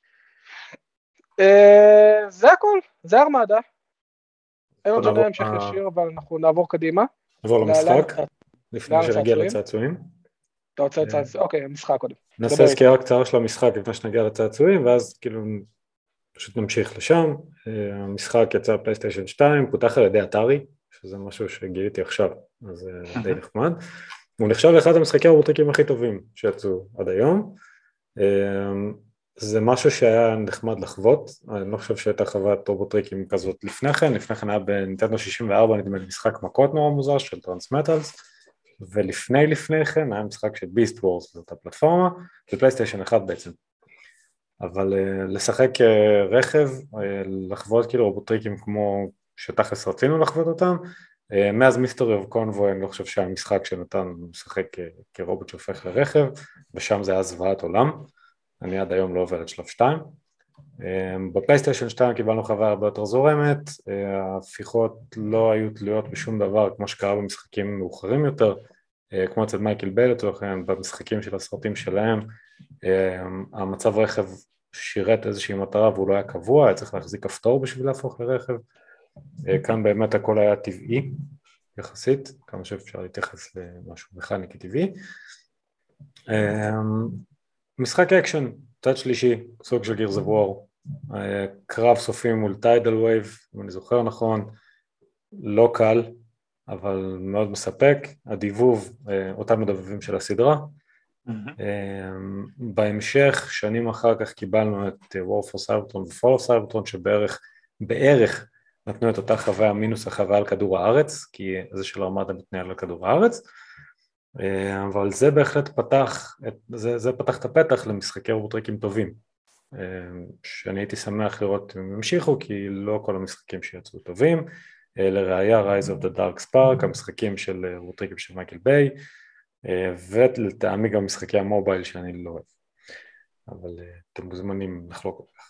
זה הכל, זה ארמדה. אין עוד שאני המשך ישיר, אבל אנחנו נעבור קדימה. נעבור למשחק, לפני שנגיע לצעצועים. אתה רוצה לצעצועים? אוקיי, המשחק קודם. נעשה סקירה קצרה של המשחק לפני שנגיע לצעצועים, ואז כאילו פשוט נמשיך לשם. המשחק יצא פלייסטיישן שתיים, פותח על ידי אתרי, שזה משהו שגיליתי עכשיו, אז זה די נחמד. הוא נחשב לאחד המשחקי הרובוטריקים הכי טובים שיצאו עד היום. זה משהו שהיה נחמד לחוות, אני לא חושב שהייתה חוות רובוטריקים כזאת לפני כן, לפני כן היה בנינטנדו שישים וארבע, נדמה לי משחק מכות נורא מוזר של טרנסמטלס, ולפני לפני כן היה משחק של ביסט וורס, זאת הפלטפורמה, בפלייסטיישן אחד בעצם. אבל לשחק רכב, לחוות כאילו רובוטריקים כמו שתכלס רצינו לחוות אותם, מאז מיסטרי אוף קונבוי אני לא חושב שהיה משחק שנתן לשחק כרובוט שהופך לרכב, ושם זה היה זוועת עולם, אני עד היום לא עובר את שלב שתיים. בפלייסטיישן שתיים קיבלנו חוויה הרבה יותר זורמת, ההפיכות לא היו תלויות בשום דבר כמו שקרה במשחקים מאוחרים יותר, כמו אצל מייקל ביי לצורך העניין, במשחקים של הסרטים שלהם, המצב רכב שירת איזושהי מטרה והוא לא היה קבוע, היה צריך להחזיק כפתור בשביל להפוך לרכב, כאן באמת הכל היה טבעי יחסית, כמה שאפשר להתייחס למשהו מכניקי טבעי. משחק אקשן, צד שלישי, סוג של גירס אוף וור, קרב סופי מול טיידל וייב, אם אני זוכר נכון, לא קל, אבל מאוד מספק, הדיבוב, אותם מדבבים של הסדרה. בהמשך, שנים אחר כך קיבלנו את War for Cybertron ו-Fall of Cybertron, שבערך, בערך נתנו את אותה חוויה מינוס החוויה על כדור הארץ, כי זה של ארמדה מתנהל על כדור הארץ, אבל זה בהחלט פתח, זה, זה פתח את הפתח למשחקי רובוטריקים טובים, שאני הייתי שמח לראות אם המשיכו, כי לא כל המשחקים שיצאו טובים, לראיה Rise of the Dark Spark, המשחקים של רובוטריקים של מייקל ביי, ולטעמי גם משחקי המובייל שאני לא אוהב, אבל אתם מוזמנים לחלוק אותך.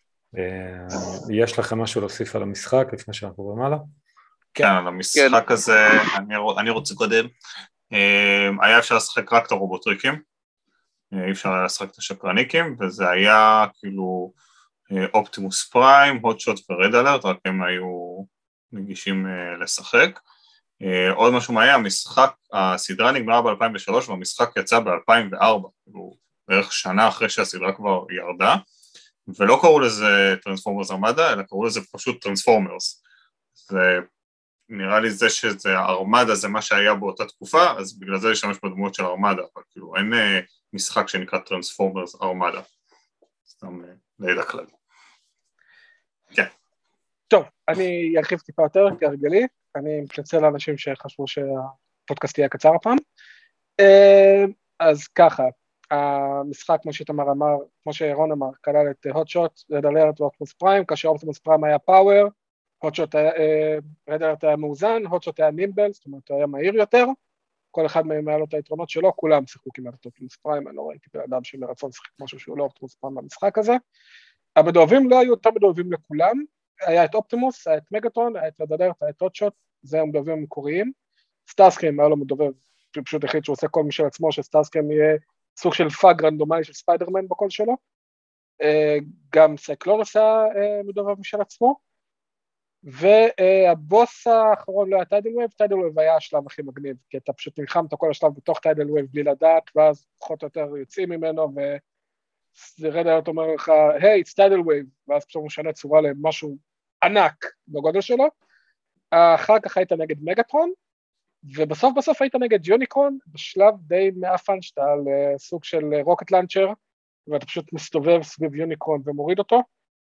יש לכם משהו להוסיף על המשחק לפני שאנחנו עוברים הלאה? כן, על המשחק הזה אני רוצה קודם, היה אפשר לשחק רק את הרובוטריקים, אי אפשר היה לשחק את השקרניקים, וזה היה כאילו אופטימוס פריים, הוטשוט ורד אלרט, רק הם היו נגישים לשחק. עוד משהו מה היה, המשחק, הסדרה נגמרה ב-אלפיים ושלוש והמשחק יצא ב-אלפיים וארבע, בערך שנה אחרי שהסדרה כבר ירדה, ולא קראו לזה טרנספורמרס ארמדה, אלא קראו לזה פשוט טרנספורמרס. זה נראה לי זה שזה ארמדה, זה מה שהיה באותה תקופה, אז בגלל זה להשתמש בדמות של ארמדה, אבל כאילו אין משחק שנקרא טרנספורמרס ארמדה. סתם לידע כלל. כן. טוב, אני ארחיב טיפה יותר כהרגלי, אני מתנצל לאנשים שחשבו שהפודקאסט יהיה קצר הפעם. אז ככה, המשחק, כמו שאיתמר אמר, כמו שאירון אמר, כלל את Hot Shot, Red Alert ו-Optimus Prime, כאשר Optimus Prime היה Power, Hot Shot היה, Red Alert היה מאוזן, Hot Shot היה Nimble, זאת אומרת, הוא היה מהיר יותר, כל אחד מהם היה לו את היתרונות שלו, כולם שיחקו כמעט את Optimus Prime, אני לא ראיתי באדם שמרצון שיחק משהו שהוא לא Optimus Prime במשחק הזה. המדובבים לא היו יותר מדובבים לכולם, היה את Optimus, היה את מגטרון, היה את Red Alert, היה את Hot Shot, זה המדובבים המקוריים. סטארסקרים היה לו מדובב, פשוט החליט שהוא עושה כל משל עצמו, שסטארסקרים יהיה סוג של פאג רנדומלי של ספיידרמן בקול שלו, גם סייקלונוס היה מדובב משל עצמו, והבוס האחרון לא היה טיידל ווייב, טיידל ווייב היה השלב הכי מגניב, כי אתה פשוט נלחמת כל השלב בתוך טיידל ווייב בלי לדעת, ואז פחות או יותר יוצאים ממנו, ורד היה אומר לך, היי, it's טיידל ווייב, ואז פשוט הוא משנה צורה למשהו ענק בגודל שלו, אחר כך היית נגד מגטרון, ובסוף בסוף היית נגד יוניקרון, בשלב די מאפן שאתה על סוג של רוקט לנצ'ר, ואתה פשוט מסתובב סביב יוניקרון ומוריד אותו,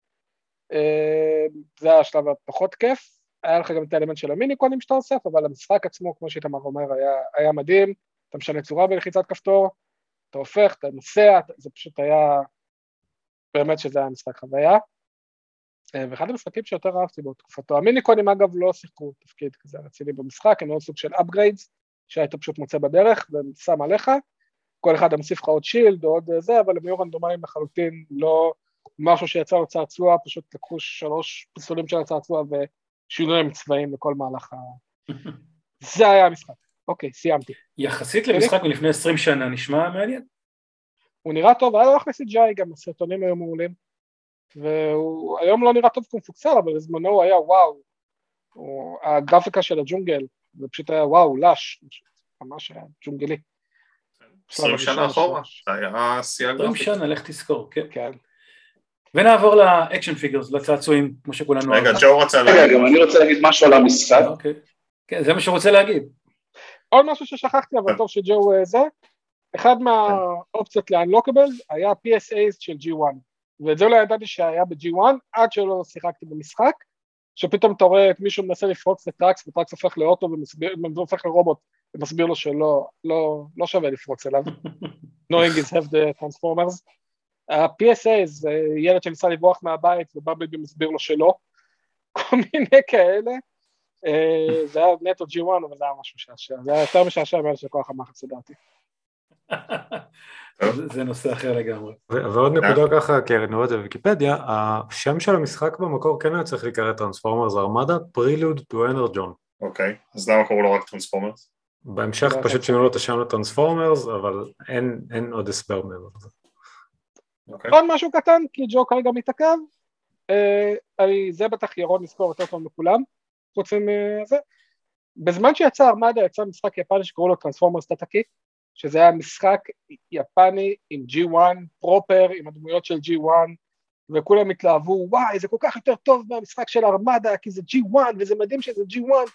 זה היה השלב הפחות כיף, היה לך גם את האלמנט של המיניקונים שאתה אוסף, אבל המשחק עצמו, כמו שאיתמר אומר, היה, היה מדהים, אתה משנה צורה בלחיצת כפתור, אתה הופך, אתה נוסע, זה פשוט היה, באמת שזה היה משחק חוויה, ואחד המשחקים שיותר אהבתי בתקופתו, המיניקונים אגב לא שיחקו תפקיד כזה רציני במשחק, הם היו סוג של upgrades, שהיית פשוט מוצא בדרך ושם עליך, כל אחד מוסיף לך עוד שילד או עוד זה, אבל הם היו רנדומליים לחלוטין, לא משהו שיצא לו צעצוע, פשוט לקחו שלוש פיסולים של הצעצוע ושינו להם צבעים לכל מהלך ה... זה היה המשחק. אוקיי, סיימתי. יחסית למשחק מלפני עשרים שנה, נשמע מעניין. הוא נראה טוב, היה לו אחלה סי ג'י איי, גם הסרטונים היו מעולים, והוא היום לא נראה טוב כמפוקסל, אבל בזמנו הוא היה וואו, הגרפיקה של הג'ונגל, זה פשוט היה וואו, לש, ממש היה ג'ונגלי. עשרים שנה אחורה, זה היה סייג עשרים שנה, לך תזכור, כן. כן. ונעבור לאקשן פיגרס, לצעצועים, כמו שכולנו... רגע, ג'ו רוצה להגיד. רגע, גם אני רוצה להגיד משהו על המשחק. אוקיי. כן, זה מה שהוא רוצה להגיד. עוד משהו ששכחתי, אבל טוב שג'ו זה, אחד מהאופציות לאנלוקבל היה פי אס איז של ג'י וואן, ואת זה לא ידעתי שהיה ב-ג'י וואן, עד שלא שיחקתי במשחק, שפתאום אתה רואה את מישהו מנסה לפרוץ לטרקס, וטרקס הופך לאוטו והופך לרובוט, ומסביר לו שלא לא, לא שווה לפרוץ אליו. Knowing is have the transformers. ה-פי אס איי זה ילד שניסה לברוח מהבית, ובאבלבי מסביר לו שלא. כל מיני כאלה. זה היה נטו ג'י וואן, אבל זה היה משהו שעשע. זה היה יותר משעשע מאלה של כוח המחץ סדרתי. זה נושא אחר לגמרי. ועוד נקודה ככה, כי אני רואה את זה בוויקיפדיה, השם של המשחק במקור כן היה צריך להיקרא טרנספורמרס ארמדה, פרילוד טו אנרג'ון. אוקיי, אז למה קראו לו רק טרנספורמרס? בהמשך פשוט שינו לו את השם לטרנספורמרס, אבל אין עוד הסבר מעבר לזה. עוד משהו קטן, כי ג'ו כרגע מתעכב, זה בטח ירון לזכור יותר טוב מכולם, חוץ מזה, בזמן שיצא ארמדה יצא משחק יפני שקראו לו טרנספורמרס טאטאקי, שזה היה משחק יפני עם ג'י וואן, פרופר, עם הדמויות של ג'י וואן, וכולם התלהבו, וואי, זה כל כך יותר טוב מהמשחק של ארמדה, כי זה ג'י וואן, וזה מדהים שזה ג'י וואן,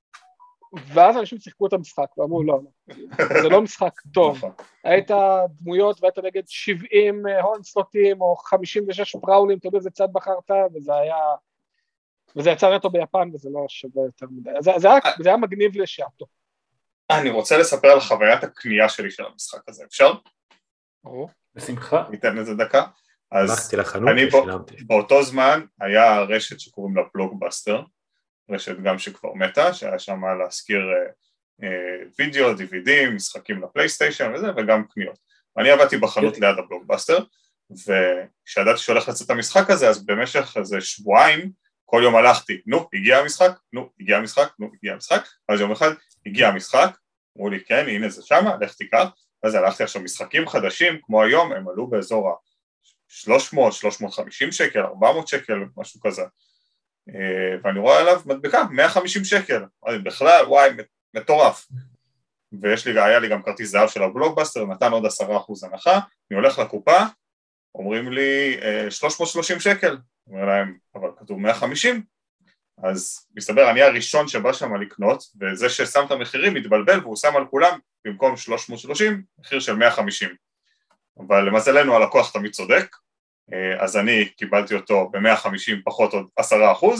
ואז אנשים שיחקו את המשחק, ואמרו, לא, זה לא משחק טוב, היית דמויות והיית נגד שבעים הונסלוטים, או חמישים ושש פראולים, אתה יודע איזה צד בחרת, וזה היה, וזה יצא רטו ביפן, וזה לא שווה יותר מדי, זה, זה, היה, זה היה מגניב לשעתו. אני רוצה לספר על חוויית הקנייה שלי של המשחק הזה, אפשר? או, בשמחה. ניתן לזה דקה. אז לחנות אני בא, באותו זמן היה רשת שקוראים לה בלוקבאסטר, רשת גם שכבר מתה, שהיה שם להזכיר אה, אה, וידאו, די וי די, משחקים לפלייסטיישן וזה, וגם קניות. ואני עבדתי בחנות ליד הבלוקבאסטר, וכשהדעתי שהולך לצאת המשחק הזה, אז במשך איזה שבועיים, כל יום הלכתי, נו, הגיע המשחק, נו, הגיע המשחק, נו, הגיע המשחק, אז יום אחד הגיע המשחק, אמרו לי, כן, הנה זה שמה, לך תיקח, אז הלכתי עכשיו משחקים חדשים, כמו היום, הם עלו באזור ה-שלוש מאות, שלוש מאות וחמישים שקל, ארבע מאות שקל, משהו כזה, ואני רואה עליו מדבקה, מאה וחמישים שקל, בכלל, וואי, מטורף, ויש לי, היה לי גם כרטיס זהב של הבלוקבאסטר, נתן עוד עשרה אחוז הנחה, אני הולך לקופה, אומרים לי, שלוש מאות ושלושים שקל, אומר להם, אבל כתוב מאה וחמישים, אז מסתבר, אני הראשון שבא שם לקנות, וזה ששם את המחירים מתבלבל, והוא שם על כולם, במקום שלוש מאות ושלושים, מחיר של מאה וחמישים. אבל למזלנו, הלקוח תמיד צודק, אז אני קיבלתי אותו ב-מאה וחמישים פחות עוד עשרה אחוז,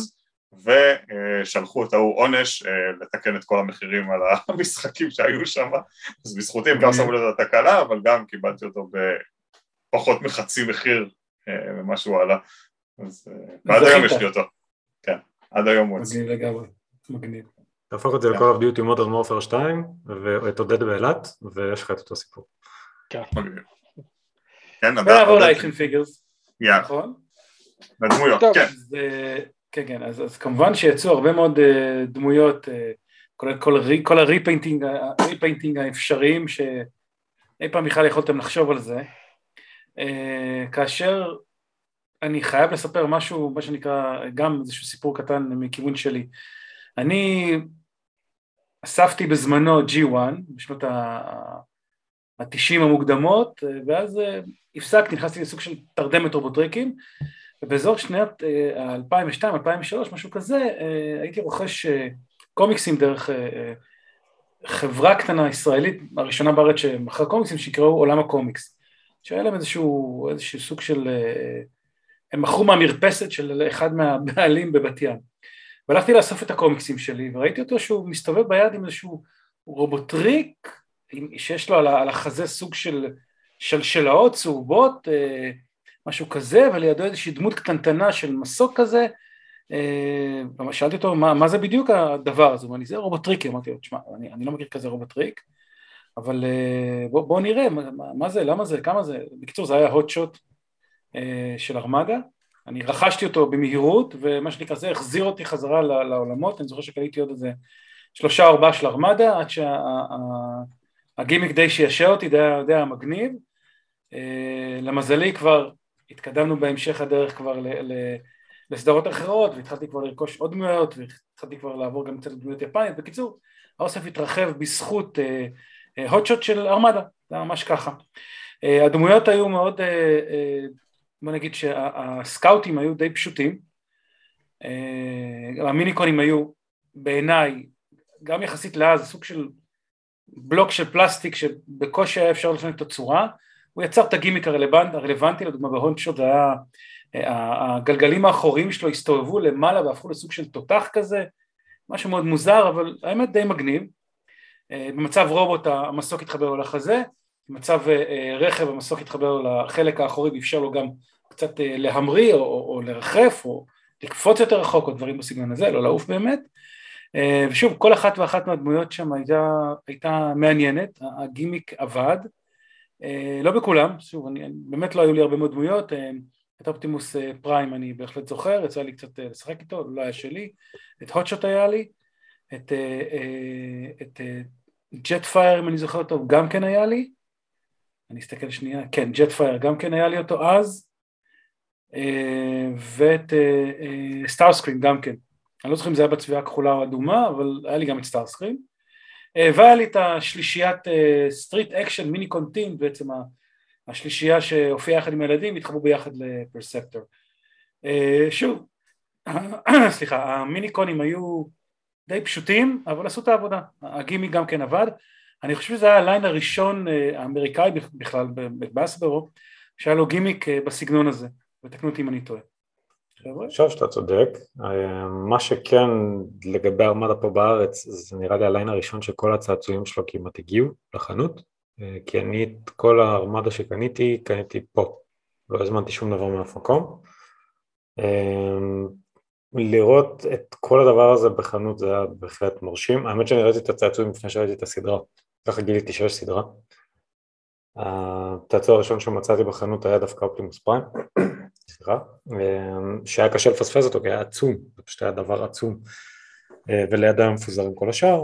ושלחו את ההוא עונש לתקן את כל המחירים על המשחקים שהיו שם, אז בזכותי הם גם שמו לזה התקלה, אבל גם קיבלתי אותו בפחות מחצי מחיר ממה שהוא עלה, אז עד היום יש לי אותו, כן, עד היום הוא אצלי. מגניב לגמרי, מגניב. תהפוך את זה ל-Call of Duty Modern Warfare שתיים, ואת עודד באילת, ויש לך את אותו סיפור. כן. מגניב. כן, ונעבור לאקשן פיגרס, נכון? לדמויות, כן. כן, כן, אז, אז כמובן שיצאו הרבה מאוד uh, דמויות, uh, כל, כל, כל הריפיינטינג, הריפיינטינג האפשריים שאי פעם בכלל יכולתם לחשוב על זה, uh, כאשר אני חייב לספר משהו, מה שנקרא, גם איזשהו סיפור קטן מכיוון שלי, אני אספתי בזמנו ג'י וואן, בשנות ה-תשעים המוקדמות, ואז uh, הפסקתי, נכנסתי לסוג של תרדמת רובוטריקים, ובאזור שנת אלפיים ושתיים אלפיים ושלוש, משהו כזה, הייתי רוכש קומיקסים דרך חברה קטנה ישראלית, הראשונה בארץ שמכרה קומיקסים, שקראו עולם הקומיקס, שהיה להם איזשהו, איזשהו סוג של, הם מכרו מהמרפסת של אחד מהבעלים בבת ים, והלכתי לאסוף את הקומיקסים שלי, וראיתי אותו שהוא מסתובב ביד עם איזשהו רובוטריק, שיש לו על החזה סוג של שלשלאות צהובות, משהו כזה, ולידו איזושהי דמות קטנטנה של מסוק כזה, שאלתי אותו, מה, מה זה בדיוק הדבר הזה? ואני, זה רובוטריק, אמרתי לו, תשמע, אני, אני לא מכיר כזה רובוטריק, אבל בוא, בוא נראה, מה, מה זה, למה זה, כמה זה, בקיצור זה היה הוטשוט של ארמדה, אני רכשתי אותו במהירות, ומה שנקרא זה החזיר אותי חזרה לעולמות, אני זוכר שקליתי עוד איזה שלושה ארבעה של ארמדה, עד שהגימיק די שישר אותי, די, די המגניב, למזלי כבר, התקדמנו בהמשך הדרך כבר לסדרות אחרות, והתחלתי כבר לרכוש עוד דמויות, והתחלתי כבר לעבור גם קצת דמויות יפנית. בקיצור, האוסף התרחב בזכות הוטשוט של ארמדה, זה ממש ככה. הדמויות היו מאוד, בוא נגיד שהסקאוטים היו די פשוטים, המיניקונים היו בעיניי, גם יחסית לאז, סוג של בלוק של פלסטיק, שבקושי היה אפשר לשנות את הצורה, הוא יצר את הגימיק הרלוונט, הרלוונטי, לדוגמה בהונטשוט, זה היה, הגלגלים האחוריים שלו הסתובבו למעלה והפכו לסוג של תותח כזה, משהו מאוד מוזר, אבל האמת די מגניב. במצב רובוט המסוק התחבר לו לחזה, במצב רכב המסוק התחבר לו לחלק האחורי, ואפשר לו גם קצת להמריא או, או, או לרחף, או לקפוץ יותר רחוק, או דברים בסגנון הזה, לא לעוף באמת. ושוב, כל אחת ואחת מהדמויות שם הייתה, הייתה מעניינת, הגימיק עבד, לא בכולם, שוב, אני, באמת לא היו לי הרבה מאוד דמויות, את אופטימוס פריים אני בהחלט זוכר, יצא לי קצת לשחק איתו, לא היה שלי, את הוטשוט היה לי, את, את ג'ט פייר, אם אני זוכר אותו, גם כן היה לי, אני אסתכל שנייה, כן, ג'ט פייר גם כן היה לי אותו אז, ואת סטארסקרים גם כן, אני לא זוכר אם זה היה בצביעה הכחולה או אדומה, אבל היה לי גם את סטארסקרים, והיה לי את השלישיית סטריט אקשן מיני קונטין, בעצם השלישייה שהופיעה יחד עם הילדים, התחברו ביחד לפרספטור. שוב, סליחה, המיניקונים היו די פשוטים, אבל עשו את העבודה, הגימי גם כן עבד, אני חושב שזה היה הליין הראשון האמריקאי בכלל, באסברו, שהיה לו גימיק בסגנון הזה, ותקנו אותי אם אני טועה. אני חושב שאתה צודק, מה שכן לגבי ארמדה פה בארץ, זה נראה לי הליין הראשון שכל הצעצועים שלו כמעט הגיעו לחנות, כי אני את כל הארמדה שקניתי, קניתי פה, לא הזמנתי שום דבר מאף מקום. לראות את כל הדבר הזה בחנות זה היה בהחלט מרשים, האמת שאני ראיתי את הצעצועים לפני שראיתי את הסדרה, ככה גיליתי שיש סדרה. הצעצוע הראשון שמצאתי בחנות היה דווקא אופטימוס פריים, סליחה, שהיה קשה לפספס אותו, כי היה עצום, זה פשוט היה דבר עצום, ולידם מפוזר עם כל השאר.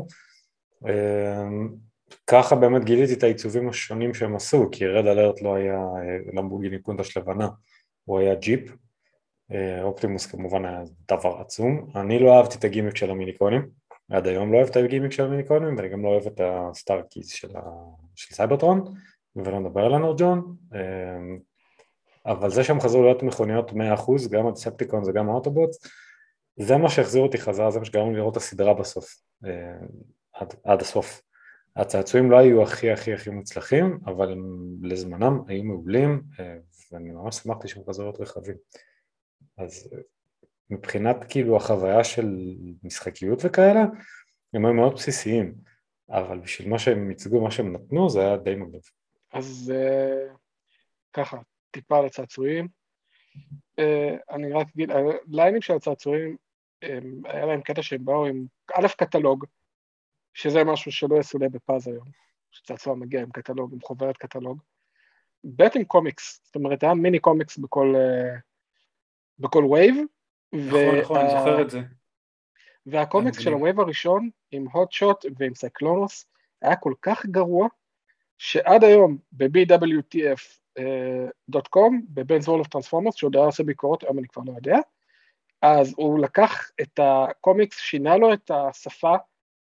ככה באמת גיליתי את העיצובים השונים שהם עשו, כי רד אלרט לא היה למבורגיני פונטש לבנה, הוא היה ג'יפ, אופטימוס כמובן היה דבר עצום. אני לא אהבתי את הגימיק של המיניקונים, עד היום לא אוהב את הגימיק של המיניקונים, ואני גם לא אוהב את הסטארקיז של, ה... של סייברטרון, ולא נדבר על אנרג'ון, אבל זה שהם חזרו להיות מכוניות מאה אחוז, גם הדספטיקון וגם האוטובוטס, זה מה שהחזיר אותי חזרה, זה מה שגרם לי לראות את הסדרה בסוף, עד, עד הסוף. הצעצועים לא היו הכי הכי הכי מוצלחים, אבל הם לזמנם היו מעולים, ואני ממש שמחתי שהם חזרו להיות רחבים. אז מבחינת כאילו החוויה של משחקיות וכאלה, הם היו מאוד בסיסיים, אבל בשביל מה שהם ייצגו, מה שהם נתנו, זה היה די מגניב. אז uh, ככה, טיפה לצעצועים. Uh, אני רק אגיד, הליינים של הצעצועים, um, היה להם קטע שהם באו עם א' קטלוג, שזה משהו שלא יסולה בפאז היום, שצעצוע מגיע עם קטלוג, עם חוברת קטלוג, ב' עם קומיקס, זאת אומרת, היה מיני קומיקס בכל, uh, בכל וייב. נכון, נכון, אני זוכר את זה. והקומיקס של הווייב הראשון, עם הוטשוט ועם סייקלונוס, היה כל כך גרוע, שעד היום ב-בי דאבליו טי אף דוט קום, בבנס וורל אוף טרנספורמרס, שעוד היה עושה ביקורות, היום אני כבר לא יודע, אז הוא לקח את הקומיקס, שינה לו את השפה,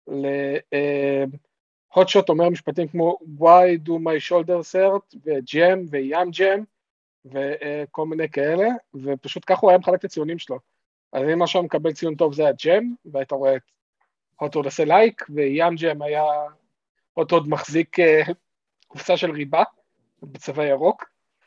להוטשוט אומר משפטים כמו, why do my shoulders hurt, וג'ם, וים ג'ם, וכל מיני כאלה, ופשוט ככה הוא היה מחלק את הציונים שלו. אז אם משהו מקבל ציון טוב זה הג'ם, והיית רואה את הוטוד עושה לייק, וים ג'ם היה הוטוד מחזיק קופסה של ריבה, בצבע ירוק,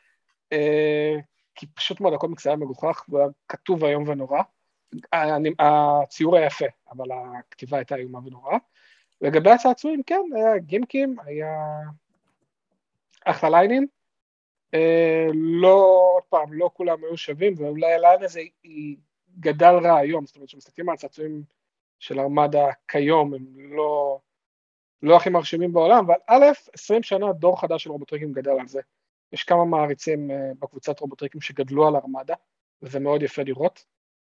כי פשוט מאוד הקומיקס היה מגוחך, והיה כתוב היום ונורא, הציור היה יפה, אבל הכתיבה הייתה איומה ונורא, לגבי הצעצועים כן, היה גימקים, היה אחלה ליינים, לא, עוד פעם, לא כולם היו שווים, ואולי הליין הזה היא גדל רע היום, זאת אומרת שמסתכלים על הצעצועים של ארמדה כיום, הם לא, לא הכי מרשימים בעולם, אבל א', עשרים שנה דור חדש של רובוטריקים גדל על זה. יש כמה מעריצים בקבוצת רובוטריקים שגדלו על ארמדה, וזה מאוד יפה לראות.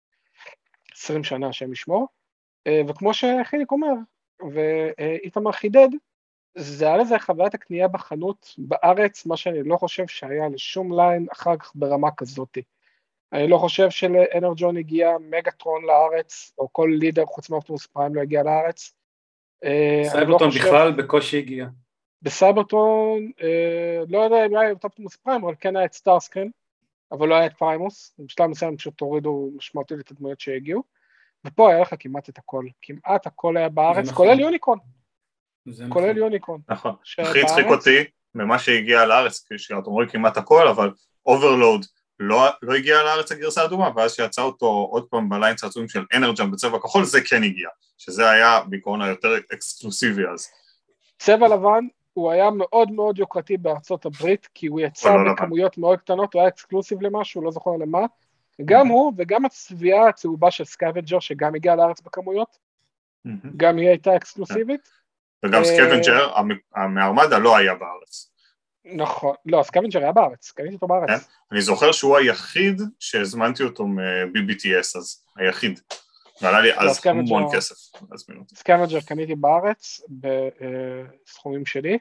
עשרים שנה שהם ישמור, וכמו שחיליק אומר, ואיתמר חידד, זה היה לזה חוויית הקנייה בחנות בארץ, מה שאני לא חושב שהיה לשום ליין אחר כך ברמה כזאת. אני לא חושב שלאנרג'ון הגיע מגטרון לארץ, או כל לידר חוץ מאופטימוס פריים לא הגיע לארץ. סייברטון בכלל בקושי הגיע. בסייברטון, לא יודע אם היה את אופטימוס פריים, אבל כן היה את סטארסקרין, אבל לא היה את פריימוס, בשלב מסוים פשוט תורידו משמעותית את הדמויות שהגיעו, ופה היה לך כמעט את הכל, כמעט הכל היה בארץ, כולל יוניקון. כולל יוניקון. נכון, הכי הצחיק אותי ממה שהגיע לארץ, כשאתם אומרים כמעט הכל, אבל אוברלוד לא, לא הגיע לארץ הגרסה אדומה, ואז שיצא אותו עוד פעם בליין צעצועים של אנרג'ם בצבע כחול, זה כן הגיע, שזה היה בעיקרון היותר אקסקלוסיבי אז. צבע לבן הוא היה מאוד מאוד יוקרתי בארצות הברית, כי הוא יצא לא בכמויות לבן. מאוד קטנות, הוא היה אקסקלוסיב למשהו, לא זוכר למה, גם mm-hmm. הוא וגם הצביעה הצהובה של סקאבנג'ר, שגם הגיע לארץ בכמויות, mm-hmm. גם היא הייתה אקסקלוסיבית, וגם סקאבנג'ר, מהארמדה לא היה בארץ. נכון, לא, סקאבנג'ר היה בארץ, קניתי אותו בארץ. אני זוכר שהוא היחיד שהזמנתי אותו מ-בי בי טי אס, אז היחיד. ועלה לי אז המון כסף. סקאבנג'ר קניתי בארץ, בסכומים שלי,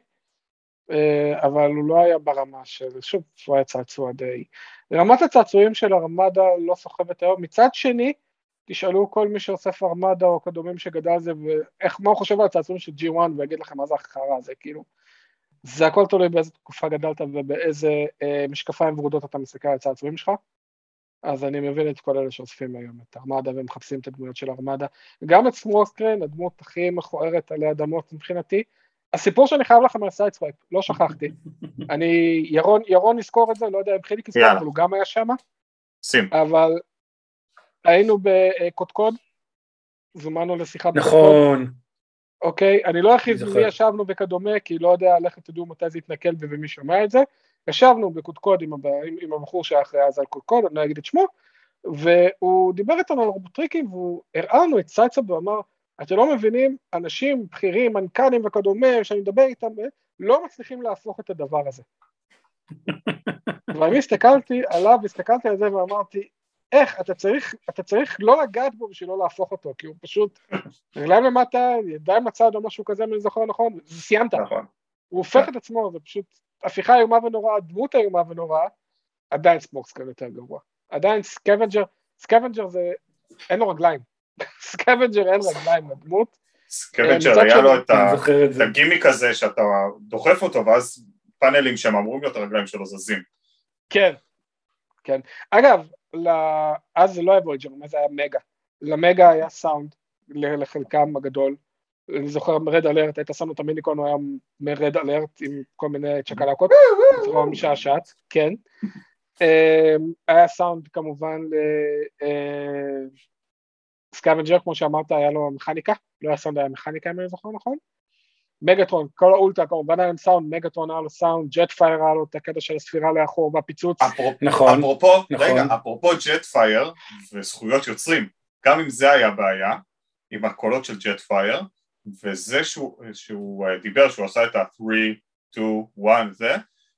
אבל הוא לא היה ברמה של, שוב, הוא היה צעצוע די. רמת הצעצועים של ארמדה לא סוחבת היום, מצד שני, תשאלו כל מי שעושה ארמדה או קדומים שגדל על זה, ואיך, מה הוא חושב על הצעצועים של ג'י וואן, ויגיד לכם מה זה החרה, זה כאילו, זה הכל תלוי באיזה תקופה גדלת, ובאיזה אה, משקפיים ורודות אתה מסתכל על הצעצועים שלך, אז אני מבין את כל אלה שאוספים היום את ארמדה, ומחפשים את הדמויות של ארמדה, גם את סמורסקרין, הדמות הכי מכוערת עלי אדמות מבחינתי, הסיפור שאני חייב לכם על סיידסווייפ, לא שכחתי, אני, ירון, ירון נזכור את זה, לא יודע אם חיליק נזכור, אבל הוא גם היה שם, שים. אבל היינו בקודקוד, זומנו לשיחה בקודקוד. נכון. אוקיי, אני לא אחיז מי ישבנו בקדומה, כי לא יודע לכת תדעו מתי זה יתנקל ומי שומע את זה, ישבנו בקודקוד עם, עם, עם הבחור שהיה אחרי אז על קודקוד, אני לא אגיד את שמו, והוא דיבר איתנו על רובוטריקים, והוא הראה לנו את סיידסווייפ, והוא אמר, אתם לא מבינים, אנשים בכירים, מנכ"לים וכדומה, שאני מדבר איתם, לא מצליחים להפוך את הדבר הזה. ואני הסתכלתי עליו, הסתכלתי על זה ואמרתי, איך, אתה צריך, אתה צריך לא לגעת בו בשביל לא להפוך אותו, כי הוא פשוט, רגליים למטה, ידיים לצד או משהו כזה, אני זוכר נכון, זה סיימת. נכון. הוא הופך את עצמו, זה פשוט, הפיכה איומה ונוראה, דמות איומה ונוראה, עדיין סמורסקרין יותר גרוע. עדיין סקאבנג'ר, סקאבנג'ר זה, אין לו רגליים. סקאבנג'ר אין רגליים לדמות. סקאבנג'ר היה לו את הגימיק הזה, שאתה דוחף אותו, ואז פאנלים שהם אמורים להיות הרגליים שלו זזים. כן, כן. אגב, אז זה לא היה וויג'ר, זה היה מגה. למגה היה סאונד, לחלקם הגדול. אני זוכר מרד אלרט, היית שמנו את המיניקון, הוא היה מרד אלרט עם כל מיני צ'קלקות, בצורה משעשעת, כן. היה סאונד כמובן לסקאבנג'ר, כמו שאמרת, היה לו מכניקה, לא היה סאונד, היה מכניקה, אם אני זוכר נכון. מגטרון, כל האולטרה, כמובן היה להם סאונד, מגטרון היה לו סאונד, ג'טפייר היה לו את הקטע של הספירה לאחור והפיצוץ. נכון, אפרופו, רגע, אפרופו ג'טפייר וזכויות יוצרים, גם אם זה היה בעיה, עם הקולות של ג'טפייר, וזה שהוא, שהוא דיבר, שהוא עשה את ה-three, two, one, זה,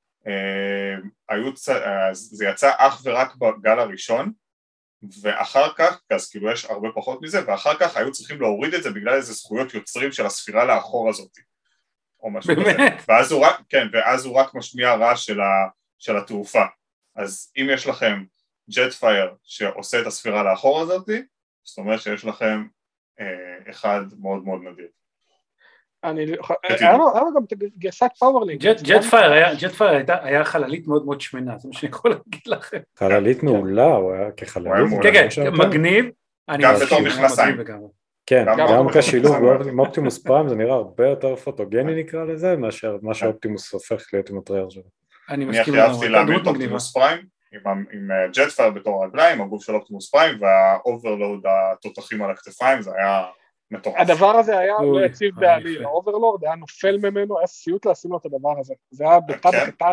זה יצא אך ורק בגל הראשון, ואחר כך, אז כאילו יש הרבה פחות מזה, ואחר כך היו צריכים להוריד את זה בגלל איזה זכויות יוצרים של הספירה לאחור הזאת, או משהו כזה. ואז הוא רק, כן, ואז הוא רק משמיע רעש של, ה, של התעופה. אז אם יש לכם ג'טפייר שעושה את הספירה לאחור הזאת, זאת אומרת שיש לכם אה, אחד מאוד מאוד נדיר. אני, היה לו גם את גרסת פאוורלינק. ג'טפייר היה חללית מאוד מאוד שמנה, זה מה שאני יכול להגיד לכם. חללית מעולה, הוא היה כחללית. כן, כן, מגניב. גם בתור מכנסיים. כן, גם כשילוב עם אופטימוס פריים זה נראה הרבה יותר פוטוגני נקרא לזה, מאשר מה שאופטימוס הופך להיות עם הטרייר שלו. אני הכי אהבתי להעמיד אופטימוס פריים, עם ג'טפייר בתור הרגליים, הגוף של אופטימוס פריים, והאוברלוד התותחים על הכתפיים, זה היה... הדבר הזה היה לא יציב בעליל, האוברלורד היה נופל ממנו, היה סיוט לשים לו את הדבר הזה, זה היה בטאב קטן,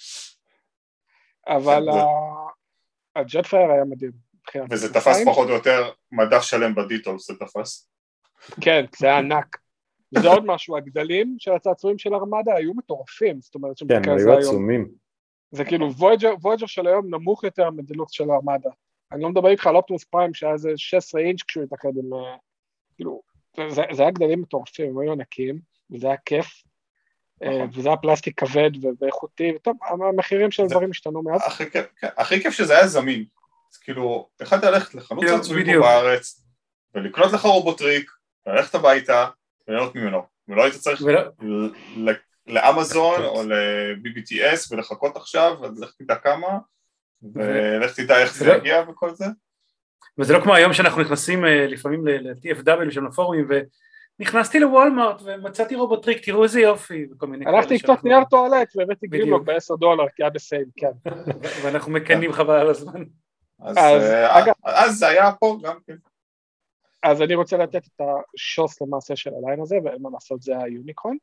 אבל הג'טפייר היה מדהים. וזה תפס פחות או יותר מדף שלם בדיטול, זה תפס. כן, זה היה ענק. וזה עוד משהו, הגדלים של הצעצועים של ארמדה היו מטורפים, זאת אומרת, כן, היו עצומים. זה כאילו, וויג'ר של היום נמוך יותר מדלוקס של ארמדה. אני לא מדבר איתך על אופטימוס פריים, שהיה איזה שש עשרה אינץ' כשהוא התאחד עם... כאילו, זה, זה היה גדלים מטורפים, הם היו ענקים, וזה היה כיף, וזה היה פלסטיק כבד ואיכותי, וטוב, המחירים של הדברים השתנו מאז. הכי כיף, הכי כיף שזה היה זמין, אז כאילו, יכולת ללכת לחנות צעצועים פה בארץ, ולקנות לך רובוטריק, ללכת הביתה, וליהנות ממנו, ולא היית צריך לאמזון או ל-בי בי טי אס ולחכות עכשיו, אז לך תדע כמה, ולך תדע איך זה יגיע וכל זה. וזה לא כמו היום שאנחנו נכנסים לפעמים ל-טי אף דאבליו של הפורומים, ונכנסתי לוולמארט ומצאתי רובוטריק, תראו איזה יופי, וכל מיני... הלכתי לקנות נייר טואלט, והבאתי גרימלוק ב-עשרה דולר, כי היה בסייל, כן. ואנחנו מקנים חבל על הזמן. אז זה היה פה גם כן. אז אני רוצה לתת את השוס למעשה של הליין הזה, ואין מה לעשות, זה היוניקרון.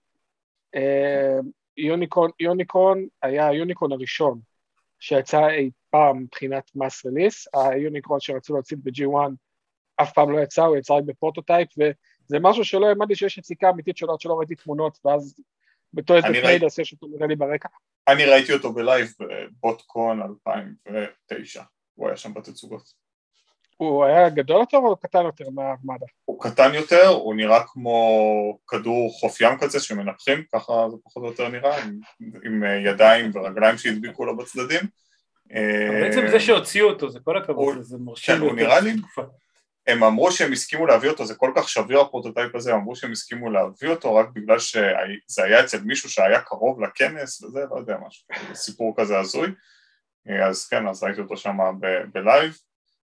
יוניקרון היה היוניקרון הראשון, שיצא אי פעם מבחינת מס רליס, היוניקרון שרצו להוציא ב-ג'י וואן אף פעם לא יצא, הוא יצא רק בפרוטוטייפ, וזה משהו שלא האמנתי שיש יציקה אמיתית שלו, שלא ראיתי תמונות, ואז בתור איזה פליידס יש אותו נראה לי ברקע. אני ראיתי אותו בלייב בבוטקון אלפיים ותשע, הוא היה שם בתצוגות. הוא היה גדול יותר או קטן יותר מהארמדה? הוא קטן יותר, הוא נראה כמו כדור חוף ים כזה שמנפחים, ככה זה פחות או יותר נראה, עם, עם ידיים ורגליים שהדביקו לו בצדדים. בעצם זה שהוציאו אותו, זה כל הכבוד, זה מרשים. כן, הוא נראה לי, הם אמרו שהם הסכימו להביא אותו, זה כל כך שביר הפרוטוטייפ הזה, הם אמרו שהם הסכימו להביא אותו רק בגלל שזה היה אצל מישהו שהיה קרוב לכנס וזה, לא יודע משהו, סיפור כזה הזוי. אז כן, אז ראיתי אותו שם בלייב.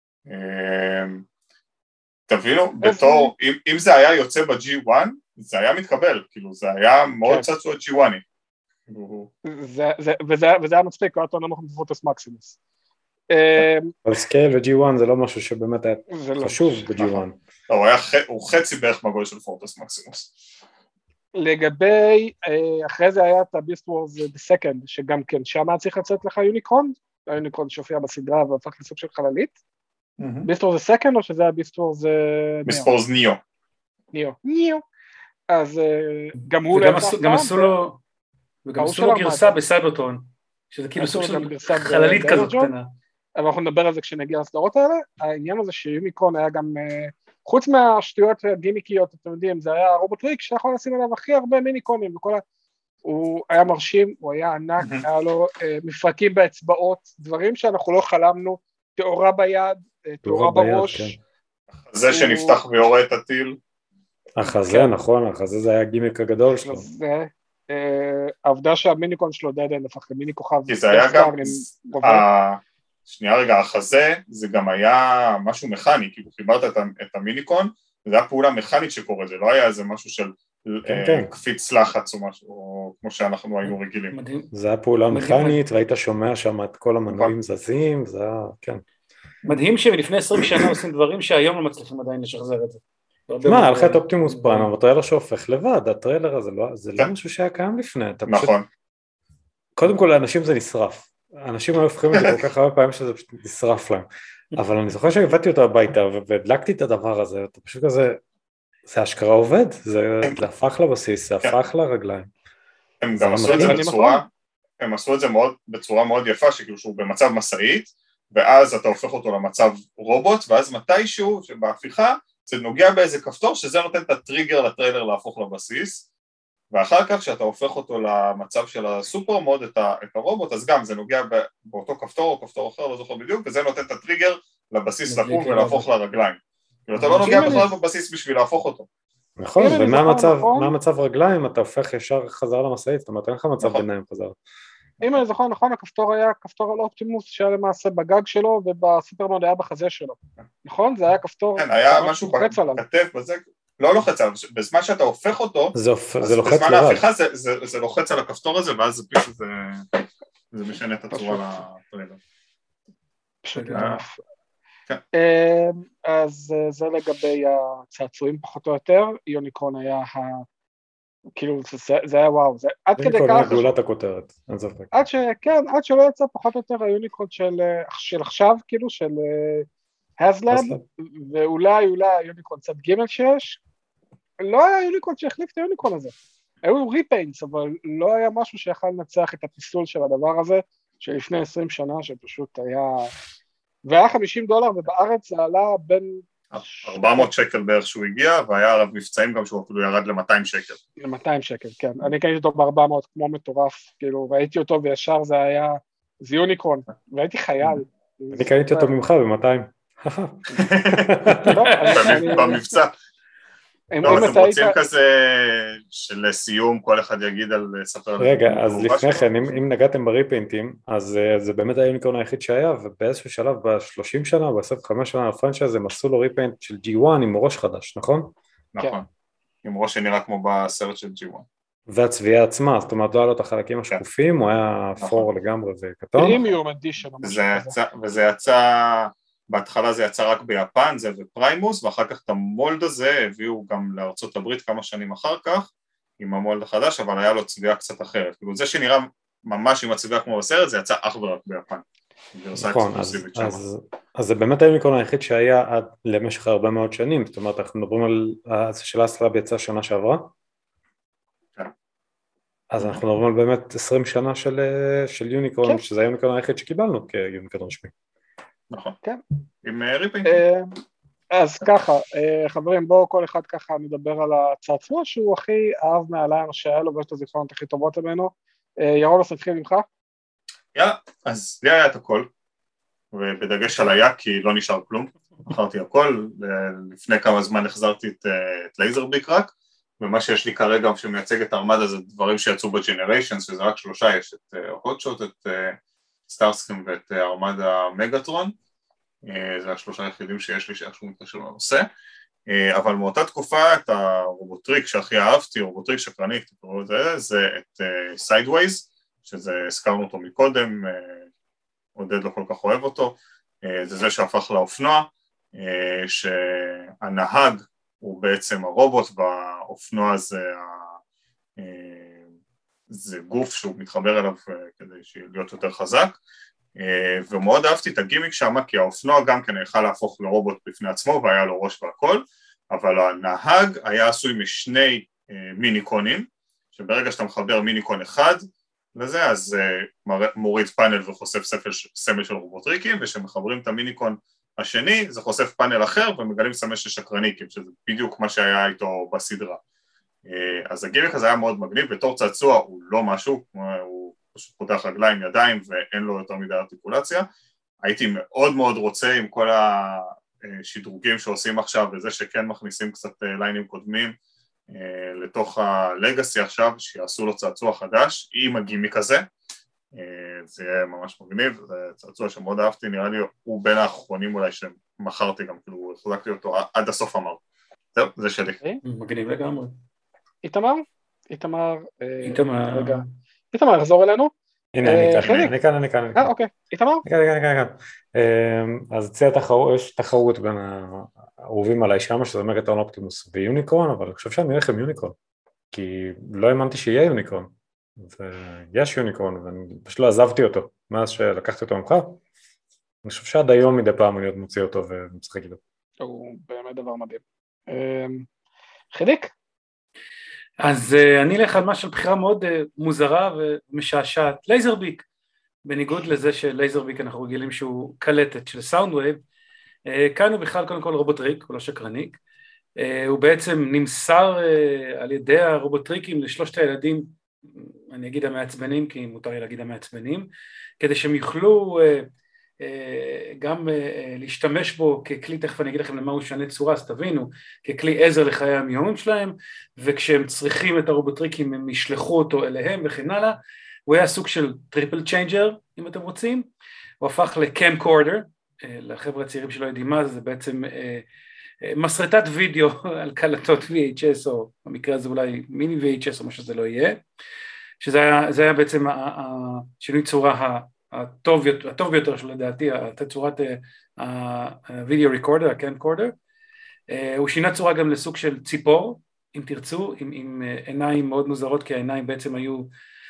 תבינו, בתור, אם זה היה יוצא ב-ג'י וואן, זה היה מתקבל, כאילו זה היה מאוד צעצוע ג'י וואני. וזה היה מצחיק, הוא היה תונע מחום בפרוטוס מקסימוס. אבל סקייל ו-ג'י וואן זה לא משהו שבאמת היה חשוב ב-ג'י וואן. הוא חצי בערך מהגודל של פרוטוס מקסימוס. לגבי, אחרי זה היה את ה-Beast Wars The Second, שגם כן שם היה צריך לצאת לך יוניקרון, היוניקרון שהופיע בסדרה והפך לסוג של חללית. ביסט וורס זה סקנד או שזה היה ביסט וורס ביסט וורס ניו ניו ניו אז גם הוא גם עשו לו וגם עשו לו גרסה בסייברטרון שזה כאילו סוג של חללית כזאת קטנה, אבל אנחנו נדבר על זה כשנגיע לסדרות האלה. העניין הזה שיוניקרון היה גם חוץ מהשטויות הגימיקיות, אתם יודעים, זה היה רובוטריק שאנחנו נשים עליו הכי הרבה מיניקונים וכל ה... הוא היה מרשים, הוא היה ענק, היה לו מפרקים באצבעות, דברים שאנחנו לא חלמנו, תאורה ביד, תאורה בראש. זה שנפתח ויורה את הטיל. החזה, נכון, החזה זה היה הגימיק הגדול שלו. העובדה שהמיניקון שלו די די נפח למיני כוכב. כי זה היה גם, שנייה רגע, החזה זה גם היה משהו מכני, כאילו חיברת את המיניקון, זה היה פעולה מכנית שקורה, זה לא היה איזה משהו של קפיץ לחץ או משהו, או כמו שאנחנו היינו רגילים. זה היה פעולה מכנית, והיית שומע שם את כל המנועים זזים, זה היה, כן. מדהים שלפני עשרים שנה עושים דברים שהיום לא מצליחים עדיין לשחזר את זה. מה, הלכה את אופטימוס פריים, אבל הטריילר שהופך לבד, הטריילר הזה זה לא משהו שהיה קיים לפני. נכון. קודם כל לאנשים זה נשרף, האנשים היו הופכים את זה כל כך הרבה פעמים שזה פשוט נשרף להם, אבל אני זוכר שהבאתי אותו הביתה והדלקתי את הדבר הזה, אתה פשוט כזה, זה אשכרה עובד, זה הפך לבסיס, זה הפך לרגליים. הם גם עשו את זה בצורה, הם עשו את זה בצורה מאוד יפה, שכאילו שהוא במצב מסעית, ואז אתה הופך אותו למצב רובוט, ואז מתישהו שבהפיכה, זה נוגע באיזה כפתור, שזה נותן את הטריגר לטריילר להפוך לבסיס, ואחר כך שאתה הופך אותו למצב של הסופר מוד, את, ה, את הרובוט, אז גם זה נוגע באותו כפתור או כפתור אחר, לא זוכר בדיוק, וזה נותן את הטריגר לבסיס לקום ולהפוך לרגליים. כאילו אתה לא נוגע בכלל בבסיס בשביל להפוך אותו. נכון, ומהמצב רגליים אתה הופך ישר חזר למסעית, זאת אומרת אין לך מצב ביניים חזר. אם אני זוכר נכון, הכפתור היה כפתור על אופטימוס שהיה למעשה בגג שלו ובסופר מוד היה בחזה שלו, נכון? זה היה כפתור... כן, היה משהו בכתף בזה, לא לוחץ עליו, בזמן שאתה הופך אותו, בזמן ההפיכה זה לוחץ על הכפתור הזה, ואז זה פשוט זה משנה את הצורה לטריילר. פשוט נעף. אז זה לגבי הצעצועים פחות או יותר, יוניקורן היה ה... כאילו זה היה וואו, זה עד כדי כך... יוניקורן גאולת הכותרת, אין ספק. עד שכן, עד שלא יצא פחות או יותר היוניקורן של עכשיו, כאילו של הזלאב, ואולי אולי היוניקורן צד גימל שיש, לא היה יוניקורן שהחליף את היוניקורן הזה, היו ריפיינס, אבל לא היה משהו שיכל לנצח את הפיסול של הדבר הזה, שלפני עשרים שנה שפשוט היה, והיה חמישים דולר, ובארץ זה עלה בין... ארבע מאות שקל בערך שהוא הגיע, והיה עליו מבצעים גם שהוא אפילו ירד ל-מאתיים שקל. ל-מאתיים שקל, כן. אני קניתי אותו ב-ארבע מאות כמו מטורף, כאילו, והייתי אותו וישר זה היה, זה יוניקורן, והייתי חייל. אני קניתי אותו ממך ב-מאתיים. במבצע. לא, אתם רוצים כזה של סיום, כל אחד יגיד על ספר... רגע, אז לפני כן, אם נגעתם בריפיינטים, אז זה באמת היוניקורן היחיד שהיה, ובאיזשהו שלב ב-שלושים שנה, ב-עשרים וחמש שנה, הפרנצ'ייז הם עשו לו ריפיינט של ג'י וואן עם ראש חדש, נכון? נכון, עם ראש שנראה כמו בסרט של ג'י וואן. והצביעה עצמה, זאת אומרת, לא היה לו את החלקים השקופים, הוא היה אפור לגמרי וכתום. פרימיום אדישן. וזה יצא... בהתחלה זה יצא רק ביפן, זה ופריימוס, ואחר כך את המולד הזה הביאו גם לארצות הברית כמה שנים אחר כך, עם המולד החדש, אבל היה לו צביעה קצת אחרת. כאילו זה שנראה ממש עם הצביעה כמו בסרט, זה יצא אך ורק ביפן. נכון, אז, אז, אז זה באמת היוניקורן היחיד שהיה עד למשך הרבה מאוד שנים, זאת אומרת, אנחנו מדברים על, של הסלאב יצא שנה שעברה? כן. אז אנחנו מדברים על באמת עשרים שנה של, של יוניקורן, כן. שזה היוניקורן היחיד שקיבלנו כיוניקורן רשמי. נכון, כן. עם ריפיינטים. אז ככה, חברים, בואו כל אחד ככה נדבר על הצעצוע שהוא הכי אהב מעליי, שהיה לו ויש את הזיכרונות הכי טובות ממנו. ירולוס, נתחיל ממך? יאללה, אז לי היה את הכל, ובדגש על היה כי לא נשאר כלום, בחרתי הכל, לפני כמה זמן החזרתי את, את לייזרביק רק, ומה שיש לי כרגע שמייצג את הארמדה זה דברים שיצאו בג'נריישנס, שזה רק שלושה, יש את הוטשוט, את סטארסקרים ואת ארמדה מגטרון, זה השלושה היחידים שיש לי שאיכשהו מתקשר לנושא, אבל מאותה תקופה את הרובוטריק שהכי אהבתי, רובוטריק שקרני, זה, זה את סיידווייז, שזה הזכרנו אותו מקודם, עודד לא כל כך אוהב אותו, זה זה שהפך לאופנוע, שהנהג הוא בעצם הרובוט, והאופנוע זה, זה גוף שהוא מתחבר אליו כדי להיות יותר חזק, ומאוד אהבתי את הגימיק שם, כי האופנוע גם כן יכל להפוך לרובוט בפני עצמו, והיה לו ראש והכל, אבל הנהג היה עשוי משני מיניקונים, שברגע שאתה מחבר מיניקון אחד לזה, אז מוריד פאנל וחושף סמל של רובוטריקים, ושמחברים את המיניקון השני, זה חושף פאנל אחר, ומגלים סמל של שקרניקים, שזה בדיוק מה שהיה איתו בסדרה. אז הגימיק הזה היה מאוד מגניב, בתור צעצוע הוא לא משהו, הוא פשוט פותח רגליים, ידיים, ואין לו יותר מדי ארטיקולציה. הייתי מאוד מאוד רוצה עם כל השדרוגים שעושים עכשיו, וזה שכן מכניסים קצת ליינים קודמים, לתוך הלגאסי עכשיו, שיעשו לו צעצוע חדש, עם הגימיק הזה, זה יהיה ממש מגניב, זה צעצוע שמאוד אהבתי, נראה לי הוא בין האחרונים אולי שמחרתי גם, כאילו החזקתי אותו עד הסוף אמר. זהו, זה שלי. מגניב לגמרי. איתמר? איתמר, איתמר. רגע, איתמר, יחזור אלינו. הנה, אני כאן, אני כאן, אני כאן, אני כאן. אה, אוקיי, איתמר? אני כאן, אני כאן, אני כאן. אז הציע תחרות, יש תחרות בין האהובים עליי שם, שזה אומר את אופטימוס ויוניקורן, אבל אני חושב שאני אלך עם יוניקורן, כי לא האמנתי שיהיה יוניקורן, ויש יוניקורן, ואני פשוט לא עזבתי אותו, מאז שלקחתי אותו ממך, אני חושב שעד היום מדי פעם אני עוד מוציא אותו ומשחק איתו. הוא באמת דבר מדהים. חיליק? אז uh, אני אלך על מה של בחירה מאוד uh, מוזרה ומשעשעת, לייזרביק, בניגוד לזה שלייזרביק אנחנו רגילים שהוא קלטת של סאונדווייב, uh, כאן הוא בכלל קודם כל רובוטריק, הוא לא שקרניק, uh, הוא בעצם נמסר uh, על ידי הרובוטריקים לשלושת הילדים, אני אגיד המעצבנים, כי מותר לי להגיד המעצבנים, כדי שהם יוכלו uh, uh, גם uh, להשתמש בו ככלי, תכף אני אגיד לכם למה הוא שונה צורה, אז תבינו, ככלי עזר לחיי היומיום שלהם, וכשהם צריכים את הרובוטריקים הם ישלחו אותו אליהם וכן הלאה, הוא היה סוג של טריפל צ'יינג'ר אם אתם רוצים, הוא הפך לקמקורדר, לחבר'ה הצעירים שלא יודעים מה זה, זה בעצם מסרטת וידאו על קלטות וי אייץ' אס, או במקרה הזה אולי מיני וי אייץ' אס או מה שזה לא יהיה, שזה היה, זה היה בעצם השינוי צורה הטוב, הטוב ביותר שלו לדעתי, צורת הווידאו ריקורדר, הקמקורדר, הוא שינה צורה גם לסוג של ציפור, אם תרצו, עם, עם עיניים מאוד מוזרות, כי העיניים בעצם היו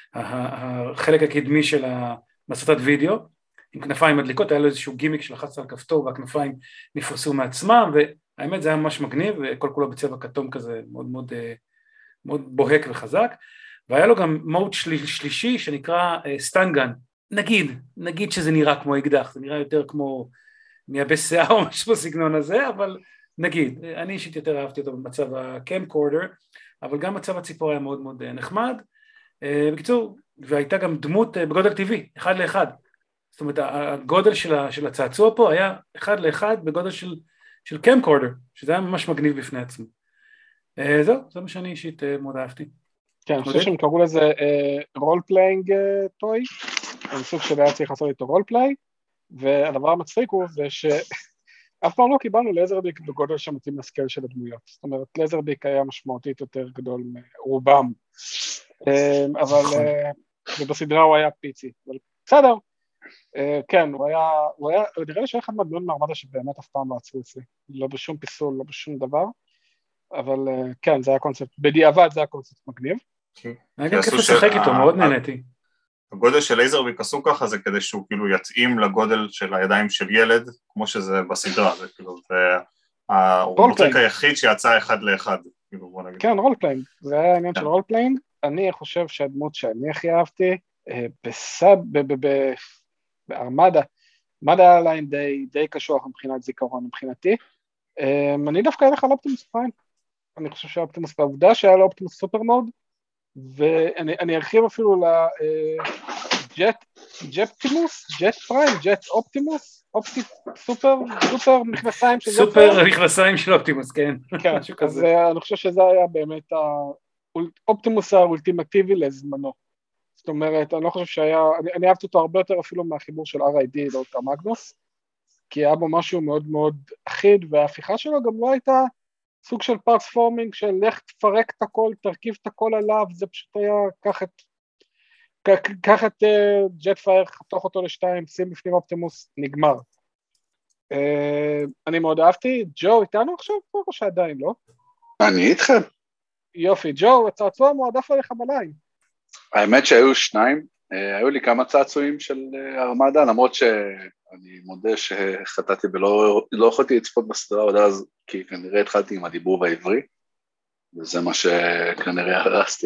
החלק הקדמי של המסרטת וידאו, עם כנפיים מדליקות, היה לו איזשהו גימיק שלחץ על כפתור, והכנפיים נפרסו מעצמם, והאמת זה היה ממש מגניב, וכל כולו בצבע כתום כזה, מאוד מאוד, מאוד בוהק וחזק, והיה לו גם מוד של, שלישי שנקרא סטנגן, נגיד, נגיד שזה נראה כמו אקדח, זה נראה יותר כמו מייבש שיער או משהו בסגנון הזה, אבל נגיד, אני אישית יותר אהבתי אותו במצב הקמקורדר, אבל גם מצב הציפור היה מאוד מאוד נחמד, בקיצור, והייתה גם דמות בגודל טבעי, אחד לאחד, זאת אומרת, הגודל של הצעצוע פה היה אחד לאחד בגודל של, של קמקורדר, שזה היה ממש מגניב בפני עצמו. זהו, זה מה שאני אישית מאוד אהבתי. כן, אני חושב שהם קראו לזה רול פליינג טוי, אני חושב שהיה צריך לעשות איתו רול פליי, והדבר המצחיק הוא זה שאף פעם לא קיבלנו לייזרביק בגודל שמתאים לסקייל של הדמויות, זאת אומרת לייזרביק היה משמעותית יותר גדול מרובם, אבל בסדרה הוא היה פיצי, אבל בסדר, כן, הוא היה, הוא היה, נראה לי שהיה אחד מהדמויות מהרמדה שבאמת אף פעם לא עצרו אצלי, לא בשום פיסול, לא בשום דבר, אבל כן, זה היה קונספט, בדיעבד זה היה קונספט מגניב. היה גם כיף לשחק איתו, מאוד נהניתי. הגודל של לייזרביק עשו ככה זה כדי שהוא כאילו יתאים לגודל של הידיים של ילד, כמו שזה בסדרה, זה כאילו, זה הרובוטריק היחיד שיצא אחד לאחד, כאילו בוא נגיד. כן, רול פליינג, זה היה העניין של רול פליינג, אני חושב שהדמות שאני הכי אהבתי, בסאב, בארמדה, מדה הליין די קשוח מבחינת זיכרון מבחינתי, אני דווקא אלך על אופטימוס פריים, אני חושב שהאופטימוס, בעובדה שהיה לו אופטימוס סופר מוד, ואני ארחיב אפילו לג'ט, ג'פטימוס, ג'ט פריים, ג'ט אופטימוס, אופטי, סופר, סופר מכנסיים של ג'ט פריים. סופר מכנסיים של אופטימוס, כן. כן, אז אני חושב שזה היה באמת האופטימוס האולטימטיבי לזמנו. זאת אומרת, אני לא חושב שהיה, אני, אני אהבתי אותו הרבה יותר אפילו מהחיבור של אר איי די לאוטר מגנוס, כי היה בו משהו מאוד מאוד אחיד, וההפיכה שלו גם לא הייתה סוג של פארטס פורמינג, של לך תפרק את הכל, תרכיב את הכל עליו, זה פשוט היה, קח את, קח את uh, ג'ט פייר, חתוך אותו לשתיים, שים בפנים אופטימוס, נגמר. Uh, אני מאוד אהבתי, ג'ו איתנו עכשיו פה או שעדיין לא? אני איתכם. יופי, ג'ו, הצעצוע מועדף עליך בליין. האמת שהיו שניים, היו לי כמה צעצועים של ארמדה, למרות שאני מודה שחטאתי ולא לא יכולתי לצפות בסדרה עוד אז, כי כנראה התחלתי עם הדיבוב העברי, וזה מה שכנראה הרסתי.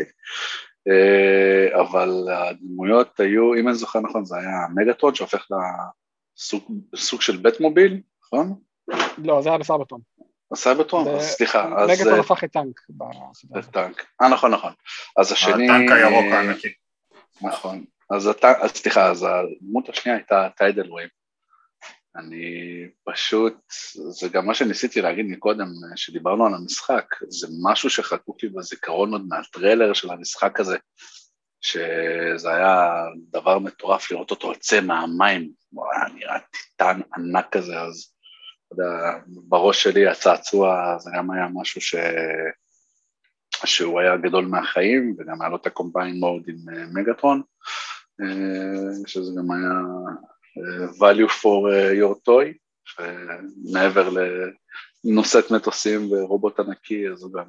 אבל הדמויות היו, אם אני זוכר נכון, זה היה מגטרון שהופך לסוג של בית מוביל, נכון? לא, זה היה בסייברטרון. בסייברטרון? אז סליחה. מגטרון הפך לטנק. לטנק, אה נכון נכון. אז השני... הטנק הירוק הענקי. נכון. אז סליחה, אז הדמות השנייה הייתה טיידל ווייב. אני פשוט, זה גם מה שניסיתי להגיד מקודם, שדיברנו על המשחק, זה משהו שחקוק לי בזיכרון עוד מהטריילר של המשחק הזה, שזה היה דבר מטורף לראות אותו יוצא מהמים, הוא היה נראה טיטן ענק כזה, אז אתה יודע, בראש שלי הצעצוע, זה גם היה משהו שהוא היה גדול מהחיים, וגם היה לו את הקומביין מוד עם מגטרון, שזה גם היה value for your toy, ומעבר לנושאת מטוסים ורובוט ענקי, אז הוא גם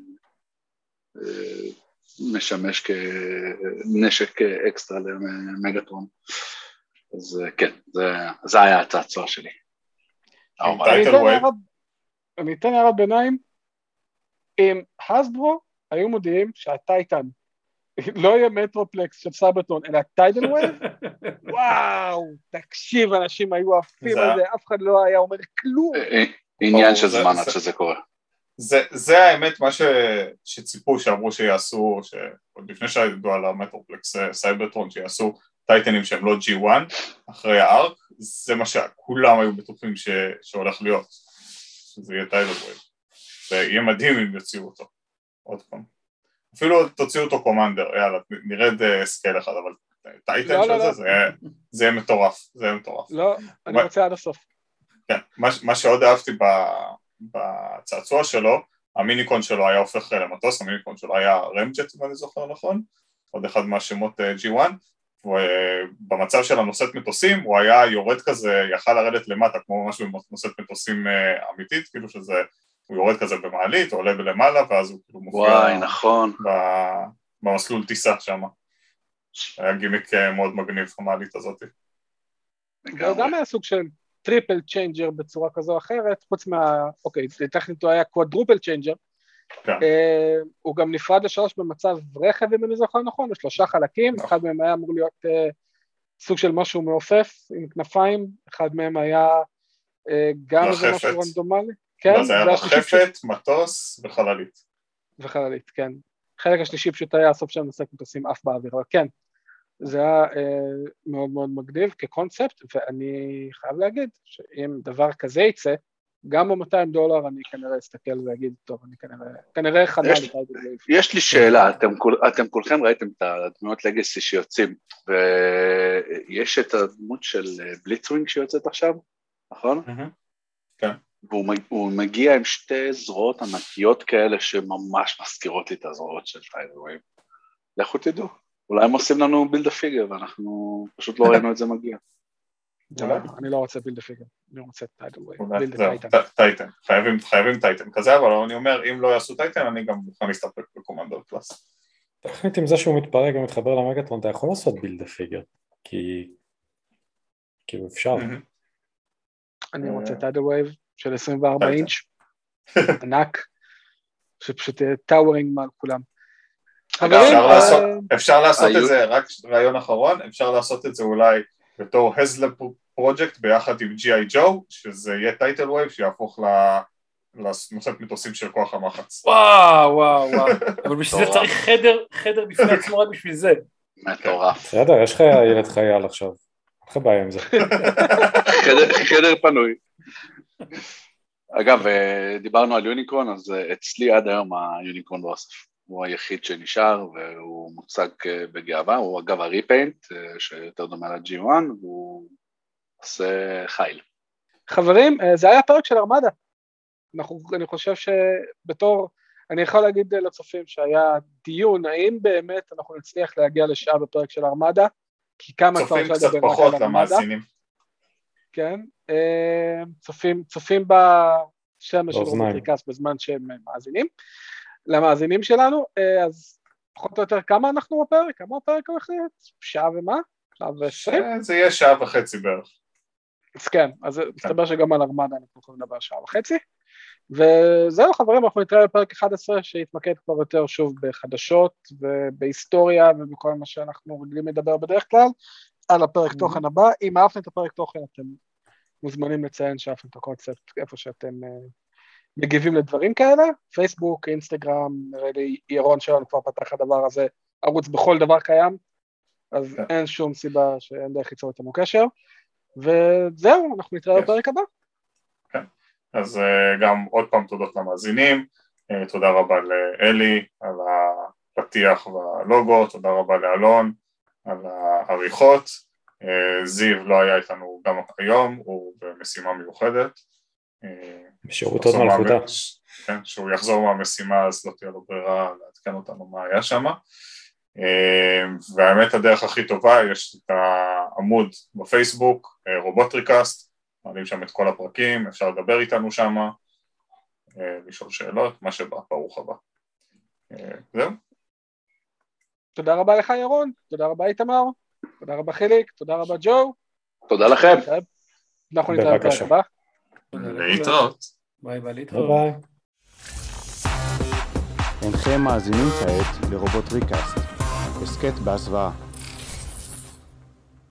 משמש כנשק אקסטרה למגטרון. אז כן, זה היה הצעצוע שלי. אני אתן הערת ביניים, אם הסברו היו מודיעים שהטייטן לא יהיה מטרופלקס של סייברטרון, אלא טיידל ווייב, וואו, תקשיב, אנשים היו עפים על זה, אף אחד לא היה אומר כלום. עניין של זמן עד שזה קורה. זה האמת מה שציפו שאמרו שיעשו, שעוד לפני שהידעו על המטרופלקס סייברטרון, שיעשו טייטנים שהם לא ג'י וואן, אחרי הארק, זה מה שכולם היו בטוחים שהולך להיות, שזה יהיה טיידל ווייב. זה יהיה מדהים אם יוציאו אותו, עוד פעם. אפילו תוציאו אותו קומנדר, יאללה, נרד סקייל אחד, אבל טייטן של זה, זה יהיה מטורף, זה יהיה מטורף. לא, אני רוצה עד הסוף. כן, מה שעוד אהבתי בצעצוע שלו, המיניקון שלו היה הופך למטוס, המיניקון שלו היה רמג'ט, אם אני זוכר נכון, עוד אחד מהשמות ג'י וואן, ובמצב של הנושאת מטוסים, הוא היה יורד כזה, יכל לרדת למטה, כמו משהו נושאת מטוסים אמיתית, כאילו שזה... הוא יורד כזה במעלית, הוא עולה בלמעלה, ואז הוא כאילו מופיע וואי, נכון. במסלול טיסה שם. היה גימיק מאוד מגניב, המעלית הזאת. והוא גם היה סוג של טריפל צ'יינג'ר בצורה כזו או אחרת, חוץ מה... אוקיי, טכנית הוא היה קוואדרופל צ'יינג'ר. הוא גם נפרד לשלוש במצב רכב, אם אני זוכר נכון, בשלושה חלקים, אחד מהם היה אמור להיות סוג של משהו מעופף עם כנפיים, אחד מהם היה גם איזה משהו רנדומלי. לא, זה היה רחפת, מטוס וחללית. וחללית, כן. חלק השלישי פשוט היה הסוף של נושא מטוסים אף באוויר, אבל כן, זה היה אה, מאוד מאוד מגניב כקונספט, ואני חייב להגיד שאם דבר כזה יצא, גם ב-מאתיים דולר אני כנראה אסתכל ואגיד, טוב, אני כנראה, כנראה חנה יש, יש לי שאלה, אתם, אתם כולכם ראיתם את הדמויות לגסי שיוצאים, ויש את הדמות של בליצווינג שיוצאת עכשיו, נכון? כן. והוא מגיע עם שתי זרועות ענקיות כאלה שממש מזכירות לי את הזרועות של טיידל ווייב. לכו תדעו, אולי הם עושים לנו בילד הפיגר ואנחנו פשוט לא ראינו את זה מגיע. אני לא רוצה בילד הפיגר, אני רוצה טיידל ווייב, בילד טייטן. טייטן, חייבים טייטן כזה, אבל אני אומר, אם לא יעשו טייטן, אני גם מוכן להסתפק בקומנדר קלאס. תכנית עם זה שהוא מתפרק ומתחבר למגטרון, אתה יכול לעשות בילד הפיגר, כי כאילו אפשר. אני רוצה טיידל ווייב של עשרים וארבע אינץ', ענק, שפשוט טאוורינג מעל כולם. אפשר לעשות את זה, רק רעיון אחרון, אפשר לעשות את זה אולי בתור הזלה פרוג'קט ביחד עם ג'י איי ג'ו, שזה יהיה טייטל ווייב שיהפוך לנושאת מטוסים של כוח המחץ. וואו, וואו, וואו. אבל בשביל זה צריך חדר, חדר בפני עצמו רק בשביל זה. מטורף. בסדר, יש לך ילד חייל עכשיו. אין לך בעיה עם זה. חדר פנוי. אגב, דיברנו על יוניקרון, אז אצלי עד היום היוניקרון באוסף. הוא היחיד שנשאר והוא מוצג בגאווה, הוא אגב הריפיינט שיותר דומה ל-ג'י וואן, והוא עושה חייל. חברים, זה היה פרק של ארמדה. אנחנו, אני חושב שבתור, אני יכול להגיד לצופים שהיה דיון, האם באמת אנחנו נצליח להגיע לשעה בפרק של ארמדה, כי כמה צופים קצת פחות למאזינים. כן, צופים, צופים בשמש של רובוטריקס בזמן שהם מאזינים. למאזינים שלנו, אז פחות או יותר כמה אנחנו בפרק? כמה הפרק הולך להיות? שעה ומה? שעה ועשרים? זה יהיה שעה וחצי בערך. אז כן, אז מסתבר שגם על ארמדה אנחנו יכולים לדבר שעה וחצי, וזהו חברים, אנחנו נתראה בפרק אחד עשר שיתמקד כבר יותר שוב בחדשות ובהיסטוריה ובכל מה שאנחנו רגילים לדבר בדרך כלל, על הפרק תוכן הבא. אם אהבתם את הפרק תוכן אתם מוזמנים לציין שאהבתם את הקונספט איפה שאתם מגיבים לדברים כאלה, פייסבוק, אינסטגרם, נראה לי ירון שלנו כבר פתח הדבר הזה, ערוץ בכל דבר קיים, אז אין שום סיבה שאין דרך ליצור איתנו קשר, וזהו, אנחנו נתראה בפרק הבא. כן, אז גם עוד פעם תודות למאזינים, תודה רבה לאלי על הפתיח והלוגו, תודה רבה לאלון על העריכות, זיו לא היה איתנו גם היום, הוא במשימה מיוחדת, בשירות עוד מלכותה. כן, שהוא יחזור מהמשימה, אז לא תהיה לו ברירה לעדכן אותנו מה היה שם. והאמת הדרך הכי טובה, יש את העמוד בפייסבוק, רובוטריקאסט, מעלים שם את כל הפרקים, אפשר לדבר איתנו שם, לשאול שאלות, מה שבא, ברוך הבא. זהו. תודה רבה לך ירון, תודה רבה איתמר, תודה רבה חיליק, תודה רבה ג'ו. תודה לכם. אנחנו נתראה בפרק הבא. להתראות. ביי ביי, להתראות. ביי. אינכם מאזינים כעת לרובוטריקאסט, הסכת בהסוואה.